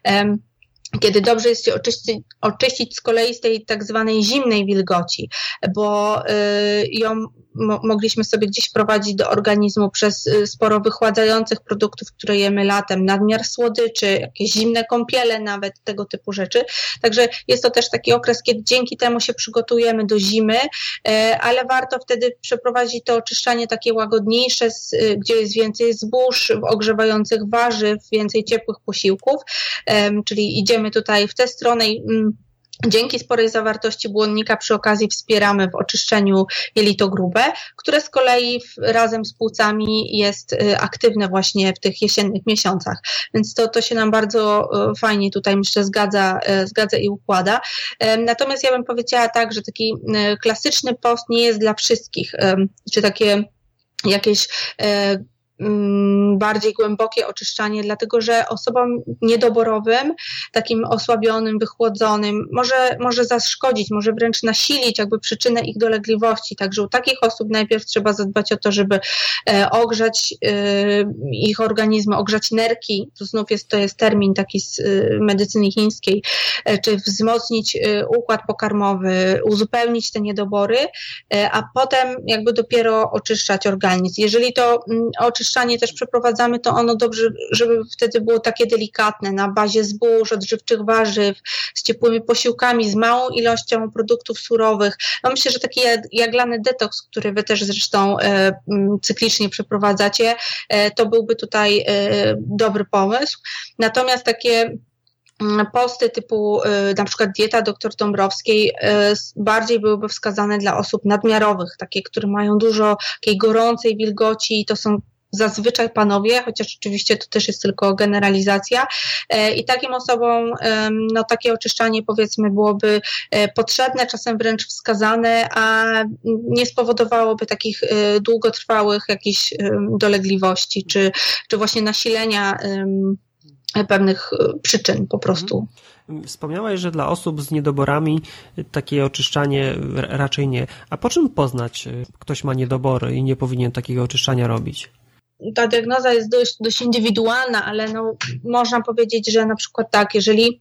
kiedy dobrze jest się oczyścić, oczyścić z kolei z tej tak zwanej zimnej wilgoci, bo ją mo- mogliśmy sobie gdzieś wprowadzić do organizmu przez sporo wychładzających produktów, które jemy latem, nadmiar słodyczy, jakieś zimne kąpiele, nawet tego typu rzeczy. Także jest to też taki okres, kiedy dzięki temu się przygotujemy do zimy, ale warto wtedy przeprowadzić to oczyszczanie takie łagodniejsze, gdzie jest więcej zbóż, ogrzewających warzyw, więcej ciepłych posiłków, czyli idziemy tutaj w tę stronę i Dzięki sporej zawartości błonnika przy okazji wspieramy w oczyszczeniu jelitogrube, które z kolei razem z płucami jest aktywne właśnie w tych jesiennych miesiącach. Więc to, to się nam bardzo fajnie tutaj, myślę, zgadza, zgadza i układa. Natomiast ja bym powiedziała tak, że taki klasyczny post nie jest dla wszystkich, czy takie jakieś bardziej głębokie oczyszczanie, dlatego że osobom niedoborowym, takim osłabionym, wychłodzonym, może, może zaszkodzić, może wręcz nasilić jakby przyczynę ich dolegliwości. Także u takich osób najpierw trzeba zadbać o to, żeby e, ogrzać e, ich organizmy, ogrzać nerki, to znów jest, to jest termin taki z e, medycyny chińskiej, e, czy wzmocnić e, układ pokarmowy, uzupełnić te niedobory, e, a potem jakby dopiero oczyszczać organizm. Jeżeli to m, oczyszczanie też przeprowadzamy, to ono dobrze, żeby wtedy było takie delikatne, na bazie zbóż, odżywczych warzyw, z ciepłymi posiłkami, z małą ilością produktów surowych. No myślę, że taki jaglany detoks, który wy też zresztą e, cyklicznie przeprowadzacie, e, to byłby tutaj e, dobry pomysł. Natomiast takie posty typu na przykład dieta doktor Dąbrowskiej bardziej byłyby wskazane dla osób nadmiarowych, takie, które mają dużo takiej gorącej wilgoci, to są zazwyczaj panowie, chociaż oczywiście to też jest tylko generalizacja i takim osobom no, takie oczyszczanie powiedzmy byłoby potrzebne, czasem wręcz wskazane, a nie spowodowałoby takich długotrwałych jakichś dolegliwości, czy, czy właśnie nasilenia pewnych przyczyn po prostu. Wspomniałaś, że dla osób z niedoborami takie oczyszczanie raczej nie. A po czym poznać, ktoś ma niedobory i nie powinien takiego oczyszczania robić? Ta diagnoza jest dość, dość indywidualna, ale no, można powiedzieć, że na przykład tak, jeżeli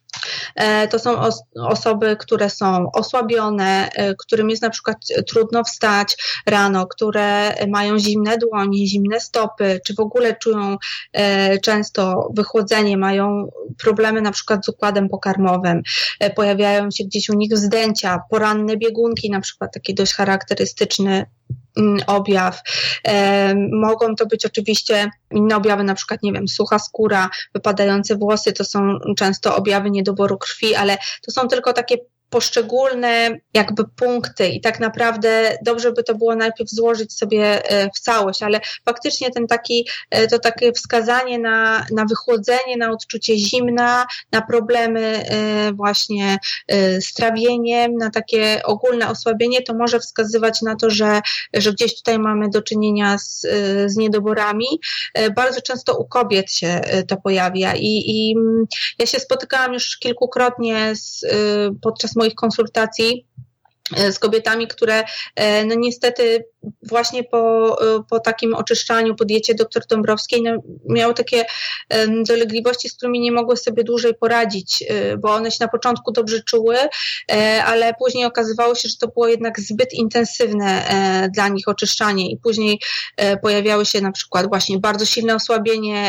to są os- osoby, które są osłabione, którym jest na przykład trudno wstać rano, które mają zimne dłonie, zimne stopy, czy w ogóle czują e, często wychłodzenie, mają problemy na przykład z układem pokarmowym, e, pojawiają się gdzieś u nich wzdęcia, poranne biegunki, na przykład taki dość charakterystyczny objaw. E, mogą to być oczywiście inne objawy, na przykład, nie wiem, sucha skóra, wypadające włosy, to są często objawy niedoboru krwi, ale to są tylko takie poszczególne jakby punkty i tak naprawdę dobrze by to było najpierw złożyć sobie w całość, ale faktycznie ten taki, to takie wskazanie na, na wychłodzenie, na odczucie zimna, na problemy właśnie z trawieniem, na takie ogólne osłabienie, to może wskazywać na to, że, że gdzieś tutaj mamy do czynienia z, z niedoborami. Bardzo często u kobiet się to pojawia i, i ja się spotykałam już kilkukrotnie z, podczas moich konsultacji z kobietami, które no niestety właśnie po, po takim oczyszczaniu, po diecie doktor Dąbrowskiej no, miały takie um, dolegliwości, z którymi nie mogły sobie dłużej poradzić, bo one się na początku dobrze czuły, ale później okazywało się, że to było jednak zbyt intensywne dla nich oczyszczanie i później pojawiały się na przykład właśnie bardzo silne osłabienie,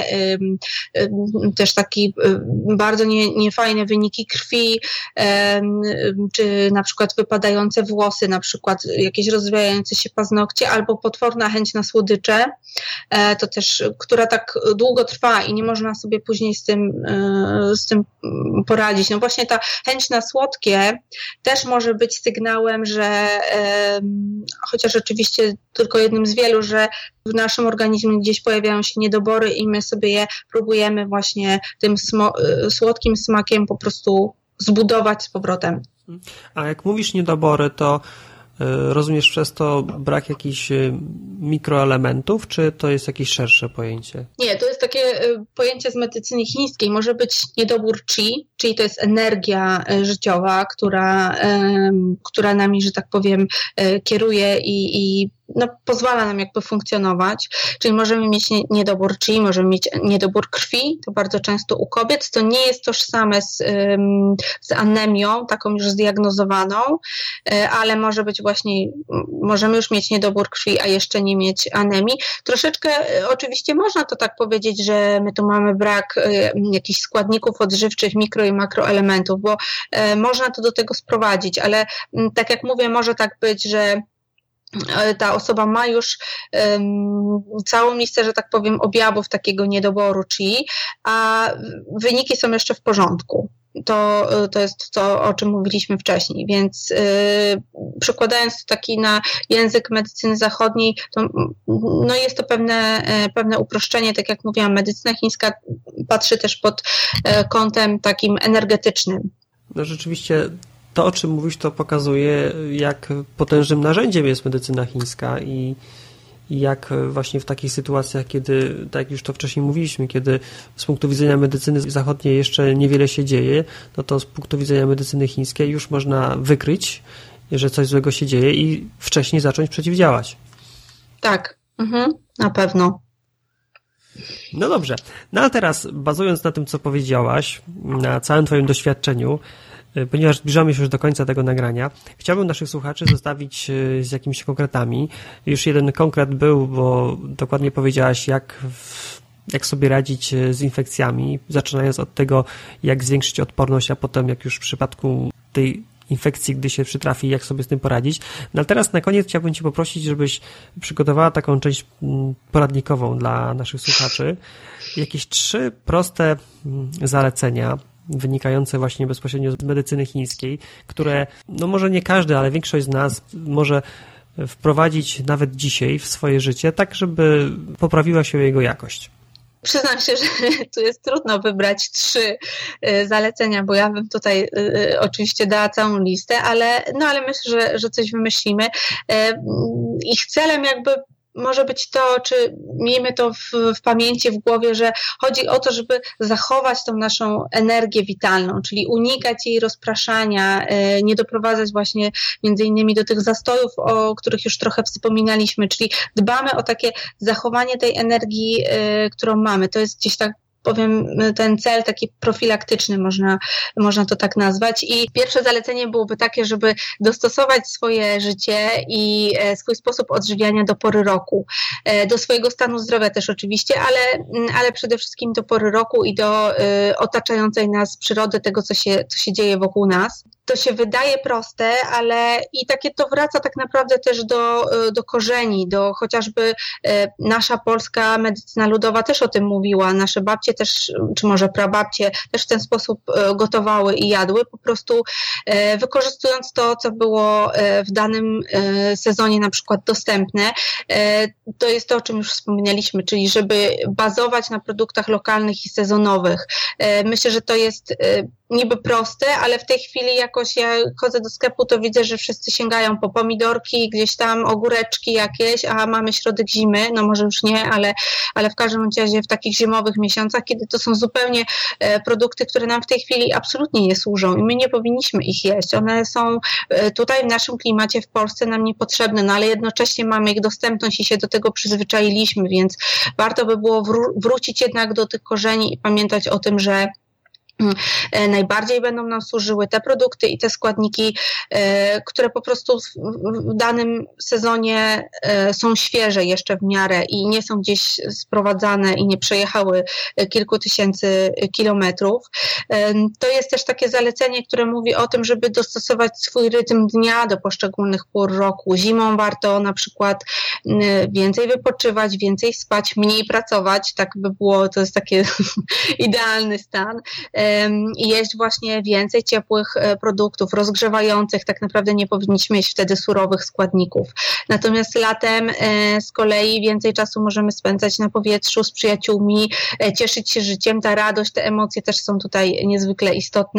też takie bardzo nie, niefajne wyniki krwi, czy na przykład wypadające włosy, na przykład jakieś rozwijające się paznokcie, albo potworna chęć na słodycze, to też, która tak długo trwa i nie można sobie później z tym, z tym poradzić. No właśnie ta chęć na słodkie też może być sygnałem, że chociaż oczywiście tylko jednym z wielu, że w naszym organizmie gdzieś pojawiają się niedobory i my sobie je próbujemy właśnie tym smo- słodkim smakiem po prostu zbudować z powrotem. A jak mówisz niedobory, to rozumiesz przez to brak jakichś mikroelementów, czy to jest jakieś szersze pojęcie? Nie, to jest takie pojęcie z medycyny chińskiej. Może być niedobór qi, czyli to jest energia życiowa, która, która nami, że tak powiem, kieruje i, i no, pozwala nam jakby funkcjonować, czyli możemy mieć nie, niedobór qi, możemy mieć niedobór krwi, to bardzo często u kobiet, to nie jest tożsame z, z anemią, taką już zdiagnozowaną, ale może być właśnie, możemy już mieć niedobór krwi, a jeszcze nie mieć anemii. Troszeczkę oczywiście można to tak powiedzieć, że my tu mamy brak jakichś składników odżywczych, mikro i makroelementów, bo można to do tego sprowadzić, ale tak jak mówię, może tak być, że ta osoba ma już um, całą listę, że tak powiem, objawów takiego niedoboru chi, a wyniki są jeszcze w porządku. To, to jest to, o czym mówiliśmy wcześniej, więc yy, przekładając to taki na język medycyny zachodniej, to no jest to pewne, pewne uproszczenie, tak jak mówiłam, medycyna chińska patrzy też pod kątem takim energetycznym. No rzeczywiście to, o czym mówisz, to pokazuje, jak potężnym narzędziem jest medycyna chińska i I jak właśnie w takich sytuacjach, kiedy, tak jak już to wcześniej mówiliśmy, kiedy z punktu widzenia medycyny zachodniej jeszcze niewiele się dzieje, no to z punktu widzenia medycyny chińskiej już można wykryć, że coś złego się dzieje i wcześniej zacząć przeciwdziałać. Tak, mhm, na pewno. No dobrze. No a teraz, bazując na tym, co powiedziałaś, na całym Twoim doświadczeniu, ponieważ zbliżamy się już do końca tego nagrania, chciałbym naszych słuchaczy zostawić z jakimiś konkretami. Już jeden konkret był, bo dokładnie powiedziałaś, jak, jak sobie radzić z infekcjami, zaczynając od tego, jak zwiększyć odporność, a potem jak już w przypadku tej infekcji, gdy się przytrafi, jak sobie z tym poradzić. No ale teraz na koniec chciałbym Cię poprosić, żebyś przygotowała taką część poradnikową dla naszych słuchaczy. Jakieś trzy proste zalecenia wynikające właśnie bezpośrednio z medycyny chińskiej, które, no może nie każdy, ale większość z nas może wprowadzić nawet dzisiaj w swoje życie, tak żeby poprawiła się jego jakość. Przyznam się, że tu jest trudno wybrać trzy zalecenia, bo ja bym tutaj oczywiście dała całą listę, ale, no ale myślę, że, że coś wymyślimy. Ich celem jakby może być to, czy miejmy to w, w pamięci, w głowie, że chodzi o to, żeby zachować tą naszą energię witalną, czyli unikać jej rozpraszania, nie doprowadzać właśnie między innymi do tych zastojów, o których już trochę wspominaliśmy, czyli dbamy o takie zachowanie tej energii, którą mamy. To jest gdzieś tak, powiem, ten cel taki profilaktyczny, można, można to tak nazwać. I pierwsze zalecenie byłoby takie, żeby dostosować swoje życie i swój sposób odżywiania do pory roku. Do swojego stanu zdrowia też oczywiście, ale, ale przede wszystkim do pory roku i do otaczającej nas przyrody, tego, co się, co się dzieje wokół nas. To się wydaje proste, ale i takie to wraca tak naprawdę też do, do korzeni, do chociażby nasza polska medycyna ludowa też o tym mówiła, nasze babcie też, czy może prababcie też w ten sposób gotowały i jadły, po prostu wykorzystując to, co było w danym sezonie na przykład dostępne. To jest to, o czym już wspomnieliśmy, czyli żeby bazować na produktach lokalnych i sezonowych. Myślę, że to jest niby proste, ale w tej chwili jakoś ja chodzę do sklepu, to widzę, że wszyscy sięgają po pomidorki, gdzieś tam ogóreczki jakieś, a mamy środek zimy, no może już nie, ale, ale w każdym razie w takich zimowych miesiącach, kiedy to są zupełnie e, produkty, które nam w tej chwili absolutnie nie służą i my nie powinniśmy ich jeść. One są e, tutaj w naszym klimacie w Polsce nam niepotrzebne, no ale jednocześnie mamy ich dostępność i się do tego przyzwyczailiśmy, więc warto by było wró- wrócić jednak do tych korzeni i pamiętać o tym, że najbardziej będą nam służyły te produkty i te składniki, które po prostu w danym sezonie są świeże jeszcze w miarę i nie są gdzieś sprowadzane i nie przejechały kilku tysięcy kilometrów. To jest też takie zalecenie, które mówi o tym, żeby dostosować swój rytm dnia do poszczególnych pór roku. Zimą warto na przykład więcej wypoczywać, więcej spać, mniej pracować, tak by było, to jest taki idealny stan. I jeść właśnie więcej ciepłych produktów, rozgrzewających, tak naprawdę nie powinniśmy jeść wtedy surowych składników. Natomiast latem z kolei więcej czasu możemy spędzać na powietrzu z przyjaciółmi, cieszyć się życiem, ta radość, te emocje też są tutaj niezwykle istotne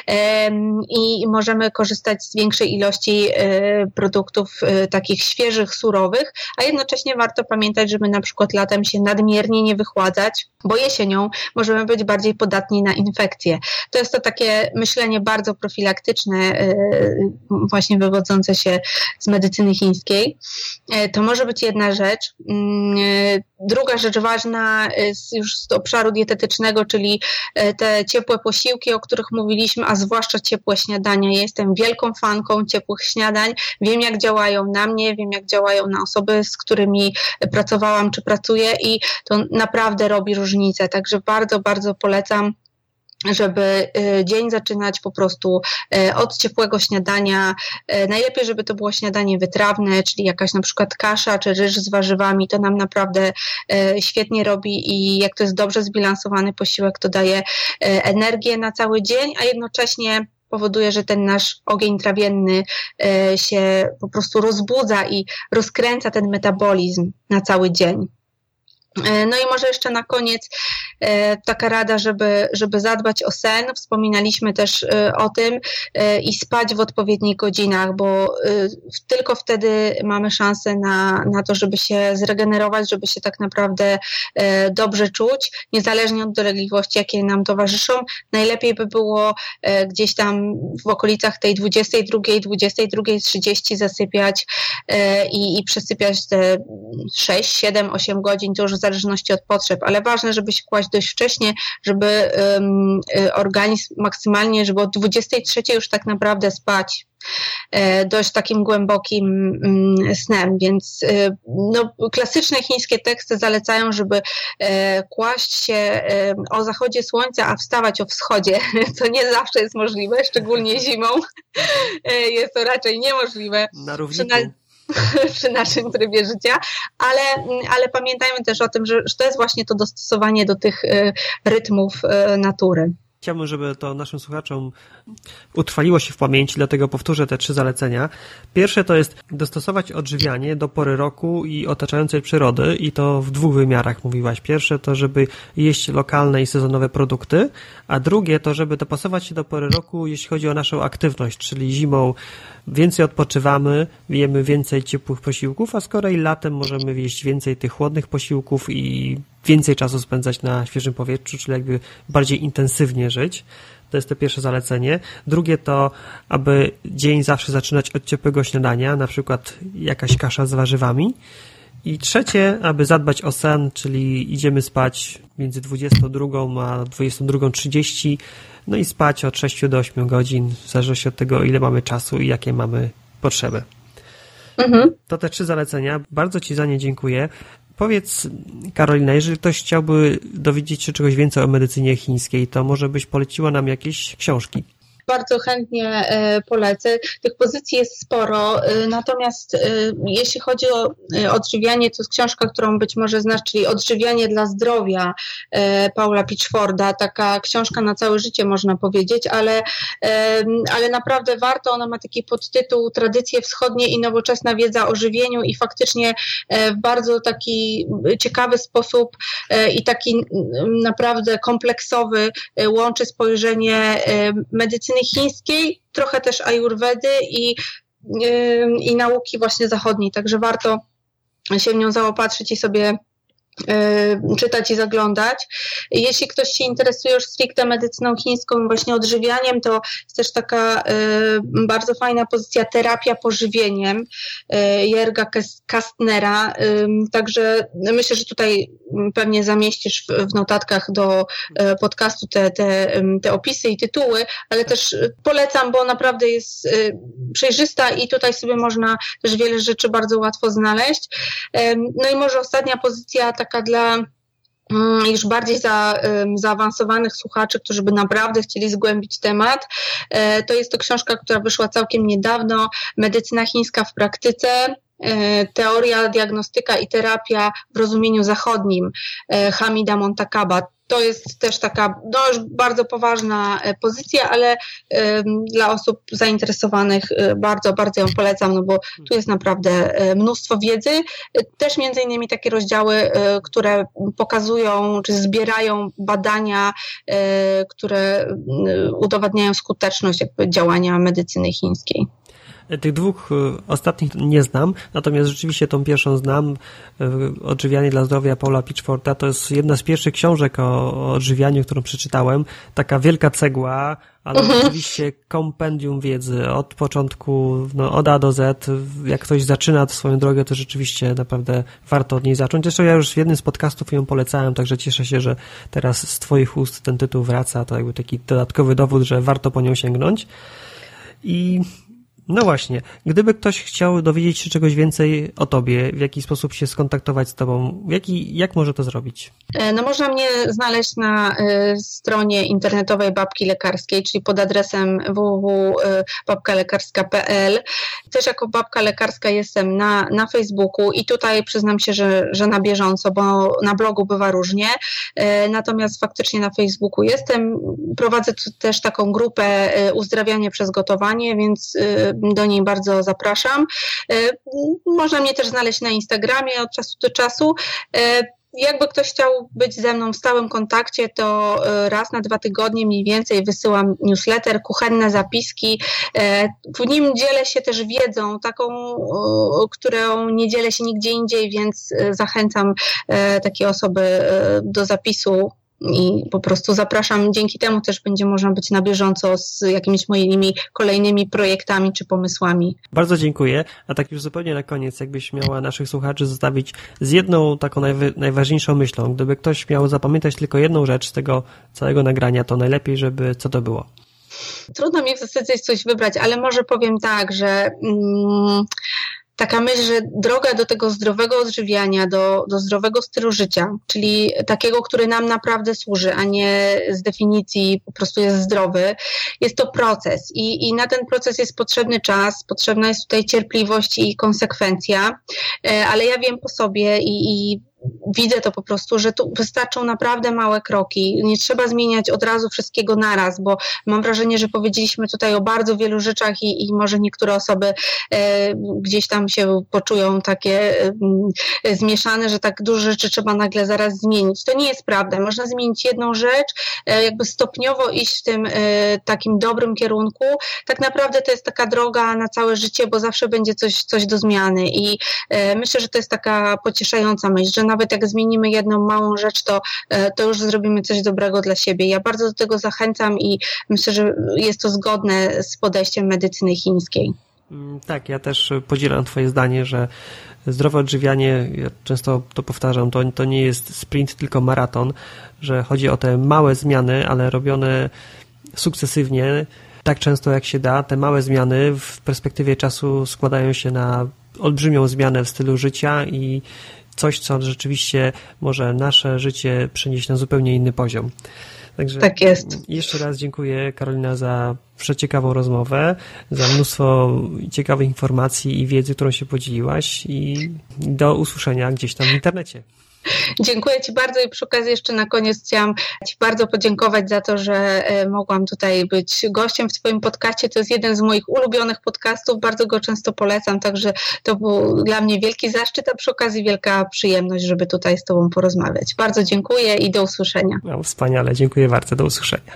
i możemy korzystać z większej ilości produktów takich świeżych, surowych, a jednocześnie warto pamiętać, żeby na przykład latem się nadmiernie nie wychładzać, bo jesienią możemy być bardziej podatni na infekcje. To jest to takie myślenie bardzo profilaktyczne, właśnie wywodzące się z medycyny chińskiej. To może być jedna rzecz. Druga rzecz ważna już z obszaru dietetycznego, czyli te ciepłe posiłki, o których mówiliśmy, a zwłaszcza ciepłe śniadania. Ja jestem wielką fanką ciepłych śniadań. Wiem, jak działają na mnie, wiem, jak działają na osoby, z którymi pracowałam czy pracuję i to naprawdę robi różnicę. Także bardzo, bardzo polecam żeby dzień zaczynać po prostu od ciepłego śniadania. Najlepiej, żeby to było śniadanie wytrawne, czyli jakaś na przykład kasza czy ryż z warzywami. To nam naprawdę świetnie robi i jak to jest dobrze zbilansowany posiłek, to daje energię na cały dzień, a jednocześnie powoduje, że ten nasz ogień trawienny się po prostu rozbudza i rozkręca ten metabolizm na cały dzień. No i może jeszcze na koniec taka rada, żeby, żeby zadbać o sen. Wspominaliśmy też o tym i spać w odpowiednich godzinach, bo tylko wtedy mamy szansę na, na to, żeby się zregenerować, żeby się tak naprawdę dobrze czuć, niezależnie od dolegliwości, jakie nam towarzyszą. Najlepiej by było gdzieś tam w okolicach tej dwudziestej drugiej, dwudziestej drugiej trzydzieści zasypiać i, i przesypiać te sześć, siedem, osiem godzin, to już w zależności od potrzeb, ale ważne, żeby się kłaść dość wcześnie, żeby um, organizm maksymalnie, żeby od dwudziestej trzeciej już tak naprawdę spać e, dość takim głębokim mm, snem, więc e, no, klasyczne chińskie teksty zalecają, żeby e, kłaść się e, o zachodzie słońca, a wstawać o wschodzie, co nie zawsze jest możliwe, szczególnie zimą. E, jest to raczej niemożliwe. Na równiku. Przy naszym trybie życia, ale, ale pamiętajmy też o tym, że, że to jest właśnie to dostosowanie do tych y, rytmów y, natury. Chciałbym, żeby to naszym słuchaczom utrwaliło się w pamięci, dlatego powtórzę te trzy zalecenia. Pierwsze to jest dostosować odżywianie do pory roku i otaczającej przyrody i to w dwóch wymiarach mówiłaś. Pierwsze to, żeby jeść lokalne i sezonowe produkty, a drugie to, żeby dopasować się do pory roku, jeśli chodzi o naszą aktywność, czyli zimą więcej odpoczywamy, jemy więcej ciepłych posiłków, a z kolei latem możemy jeść więcej tych chłodnych posiłków i więcej czasu spędzać na świeżym powietrzu, czyli jakby bardziej intensywnie żyć. To jest to pierwsze zalecenie. Drugie to, aby dzień zawsze zaczynać od ciepłego śniadania, na przykład jakaś kasza z warzywami. I trzecie, aby zadbać o sen, czyli idziemy spać między dwudziestą drugą a dwudziestą drugą trzydzieści, no i spać od sześciu do ośmiu godzin, w zależności od tego, ile mamy czasu i jakie mamy potrzeby. Mhm. To te trzy zalecenia. Bardzo Ci za nie dziękuję. Powiedz, Karolina, jeżeli ktoś chciałby dowiedzieć się czegoś więcej o medycynie chińskiej, to może byś poleciła nam jakieś książki? Bardzo chętnie polecę. Tych pozycji jest sporo, natomiast jeśli chodzi o odżywianie, to jest książka, którą być może znasz, czyli Odżywianie dla zdrowia Paula Pitchforda. Taka książka na całe życie, można powiedzieć, ale, ale naprawdę warto. Ona ma taki podtytuł Tradycje wschodnie i nowoczesna wiedza o żywieniu i faktycznie w bardzo taki ciekawy sposób i taki naprawdę kompleksowy łączy spojrzenie medycyny chińskiej, trochę też ajurwedy i, yy, i nauki właśnie zachodniej, także warto się w nią zaopatrzyć i sobie Yy, czytać i zaglądać. Jeśli ktoś się interesuje już stricte medycyną chińską, właśnie odżywianiem, to jest też taka yy, bardzo fajna pozycja terapia pożywieniem yy, Jerga Kastnera, yy, także myślę, że tutaj pewnie zamieścisz w, w notatkach do yy, podcastu te, te, yy, te opisy i tytuły, ale też polecam, bo naprawdę jest yy, przejrzysta i tutaj sobie można też wiele rzeczy bardzo łatwo znaleźć. Yy, no i może ostatnia pozycja taka dla już bardziej za, zaawansowanych słuchaczy, którzy by naprawdę chcieli zgłębić temat. To jest to książka, która wyszła całkiem niedawno, Medycyna chińska w praktyce. Teoria, diagnostyka i terapia w rozumieniu zachodnim Hamida Montakaba. To jest też taka no już bardzo poważna pozycja, ale y, dla osób zainteresowanych y, bardzo, bardzo ją polecam, no bo tu jest naprawdę y, mnóstwo wiedzy. Y, też między innymi takie rozdziały, y, które pokazują, czy zbierają badania, y, które y, udowadniają skuteczność jakby działania medycyny chińskiej. Tych dwóch ostatnich nie znam, natomiast rzeczywiście tą pierwszą znam, Odżywianie dla zdrowia Paula Pitchforda. To jest jedna z pierwszych książek o odżywianiu, którą przeczytałem. Taka wielka cegła, ale mhm. oczywiście kompendium wiedzy od początku, no, od A do Z. Jak ktoś zaczyna swoją drogę, to rzeczywiście naprawdę warto od niej zacząć. Zresztą ja już w jednym z podcastów ją polecałem, także cieszę się, że teraz z Twoich ust ten tytuł wraca. To jakby taki dodatkowy dowód, że warto po nią sięgnąć. I No właśnie, gdyby ktoś chciał dowiedzieć się czegoś więcej o Tobie, w jaki sposób się skontaktować z Tobą, w jaki, jak może to zrobić? No można mnie znaleźć na stronie internetowej Babki Lekarskiej, czyli pod adresem w w w kropka babka lekarska kropka p l. Też jako Babka Lekarska jestem na, na Facebooku i tutaj przyznam się, że, że na bieżąco, bo na blogu bywa różnie, natomiast faktycznie na Facebooku jestem. Prowadzę tu też taką grupę Uzdrawianie przez gotowanie, więc do niej bardzo zapraszam. Można mnie też znaleźć na Instagramie od czasu do czasu. Jakby ktoś chciał być ze mną w stałym kontakcie, to raz na dwa tygodnie mniej więcej wysyłam newsletter, kuchenne zapiski. W nim dzielę się też wiedzą, taką, którą nie dzielę się nigdzie indziej, więc zachęcam takie osoby do zapisu. I po prostu zapraszam, dzięki temu też będzie można być na bieżąco z jakimiś moimi kolejnymi projektami czy pomysłami. Bardzo dziękuję, a tak już zupełnie na koniec, jakbyś miała naszych słuchaczy zostawić z jedną taką najwy, najważniejszą myślą, gdyby ktoś miał zapamiętać tylko jedną rzecz z tego całego nagrania, to najlepiej, żeby co to było? Trudno mi w zasadzie coś wybrać, ale może powiem tak, że... Mm, taka myśl, że droga do tego zdrowego odżywiania, do, do zdrowego stylu życia, czyli takiego, który nam naprawdę służy, a nie z definicji po prostu jest zdrowy, jest to proces i, i na ten proces jest potrzebny czas, potrzebna jest tutaj cierpliwość i konsekwencja, ale ja wiem po sobie i, i widzę to po prostu, że tu wystarczą naprawdę małe kroki. Nie trzeba zmieniać od razu wszystkiego naraz, bo mam wrażenie, że powiedzieliśmy tutaj o bardzo wielu rzeczach i, i może niektóre osoby e, gdzieś tam się poczują takie e, zmieszane, że tak dużo rzeczy trzeba nagle zaraz zmienić. To nie jest prawda. Można zmienić jedną rzecz, e, jakby stopniowo iść w tym e, takim dobrym kierunku. Tak naprawdę to jest taka droga na całe życie, bo zawsze będzie coś, coś do zmiany i e, myślę, że to jest taka pocieszająca myśl, że nawet jak zmienimy jedną małą rzecz, to, to już zrobimy coś dobrego dla siebie. Ja bardzo do tego zachęcam i myślę, że jest to zgodne z podejściem medycyny chińskiej. Tak, ja też podzielam Twoje zdanie, że zdrowe odżywianie, ja często to powtarzam, to, to nie jest sprint, tylko maraton, że chodzi o te małe zmiany, ale robione sukcesywnie, tak często jak się da. Te małe zmiany w perspektywie czasu składają się na olbrzymią zmianę w stylu życia i coś, co rzeczywiście może nasze życie przenieść na zupełnie inny poziom. Także tak jest. Jeszcze raz dziękuję, Karolina, za przeciekawą rozmowę, za mnóstwo ciekawych informacji i wiedzy, którą się podzieliłaś i do usłyszenia gdzieś tam w internecie. Dziękuję Ci bardzo i przy okazji jeszcze na koniec chciałam Ci bardzo podziękować za to, że mogłam tutaj być gościem w Twoim podcaście. To jest jeden z moich ulubionych podcastów, bardzo go często polecam, także to był dla mnie wielki zaszczyt, a przy okazji wielka przyjemność, żeby tutaj z Tobą porozmawiać. Bardzo dziękuję i do usłyszenia. No, wspaniale, dziękuję bardzo, do usłyszenia.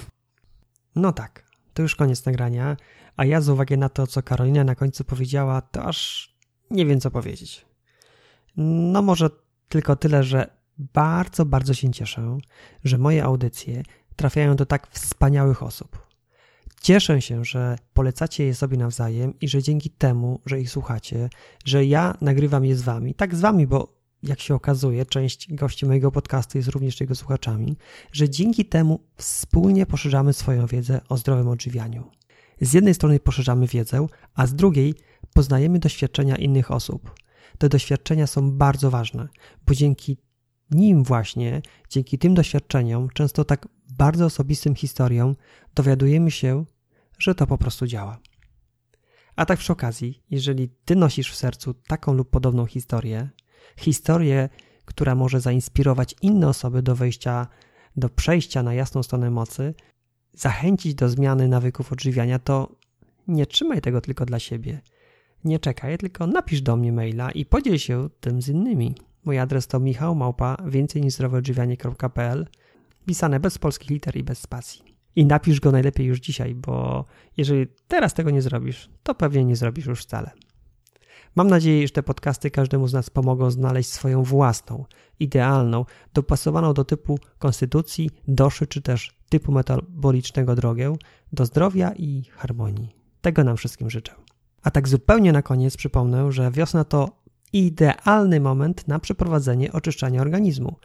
No tak, to już koniec nagrania, a ja z uwagi na to, co Karolina na końcu powiedziała, to aż nie wiem, co powiedzieć. No może tylko tyle, że bardzo, bardzo się cieszę, że moje audycje trafiają do tak wspaniałych osób. Cieszę się, że polecacie je sobie nawzajem i że dzięki temu, że ich słuchacie, że ja nagrywam je z wami, tak z wami, bo jak się okazuje, część gości mojego podcastu jest również jego słuchaczami, że dzięki temu wspólnie poszerzamy swoją wiedzę o zdrowym odżywianiu. Z jednej strony poszerzamy wiedzę, a z drugiej poznajemy doświadczenia innych osób. Te doświadczenia są bardzo ważne, bo dzięki nim właśnie, dzięki tym doświadczeniom, często tak bardzo osobistym historiom, dowiadujemy się, że to po prostu działa. A tak przy okazji, jeżeli Ty nosisz w sercu taką lub podobną historię, historię, która może zainspirować inne osoby do wejścia, do przejścia na jasną stronę mocy, zachęcić do zmiany nawyków odżywiania, to nie trzymaj tego tylko dla siebie. Nie czekaj, tylko napisz do mnie maila i podziel się tym z innymi. Mój adres to michał małpa więcej niż zdrowe odżywianie kropka p l, pisane bez polskich liter i bez spacji. I napisz go najlepiej już dzisiaj, bo jeżeli teraz tego nie zrobisz, to pewnie nie zrobisz już wcale. Mam nadzieję, że te podcasty każdemu z nas pomogą znaleźć swoją własną, idealną, dopasowaną do typu konstytucji, doszy czy też typu metabolicznego drogę do zdrowia i harmonii. Tego nam wszystkim życzę. A tak zupełnie na koniec przypomnę, że wiosna to idealny moment na przeprowadzenie oczyszczania organizmu.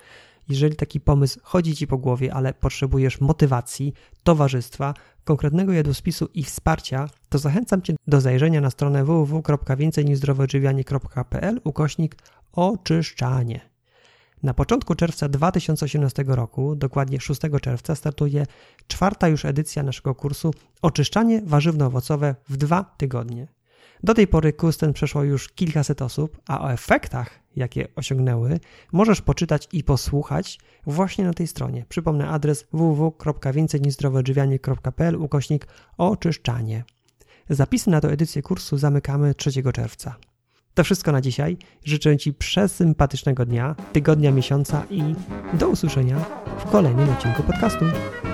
Jeżeli taki pomysł chodzi Ci po głowie, ale potrzebujesz motywacji, towarzystwa, konkretnego jadłospisu i wsparcia, to zachęcam Cię do zajrzenia na stronę w w w kropka więcej niż zdrowe odżywianie kropka p l ukośnik oczyszczanie. Na początku czerwca dwa tysiące osiemnastego roku, dokładnie szóstego czerwca, startuje czwarta już edycja naszego kursu Oczyszczanie warzywno-owocowe w dwa tygodnie. Do tej pory kurs ten przeszło już kilkaset osób, a o efektach, jakie osiągnęły, możesz poczytać i posłuchać właśnie na tej stronie. Przypomnę adres w w w kropka więcej niż zdrowe odżywianie kropka p l ukośnik oczyszczanie. Zapisy na tę edycję kursu zamykamy trzeciego czerwca. To wszystko na dzisiaj. Życzę Ci przesympatycznego dnia, tygodnia, miesiąca i do usłyszenia w kolejnym odcinku podcastu.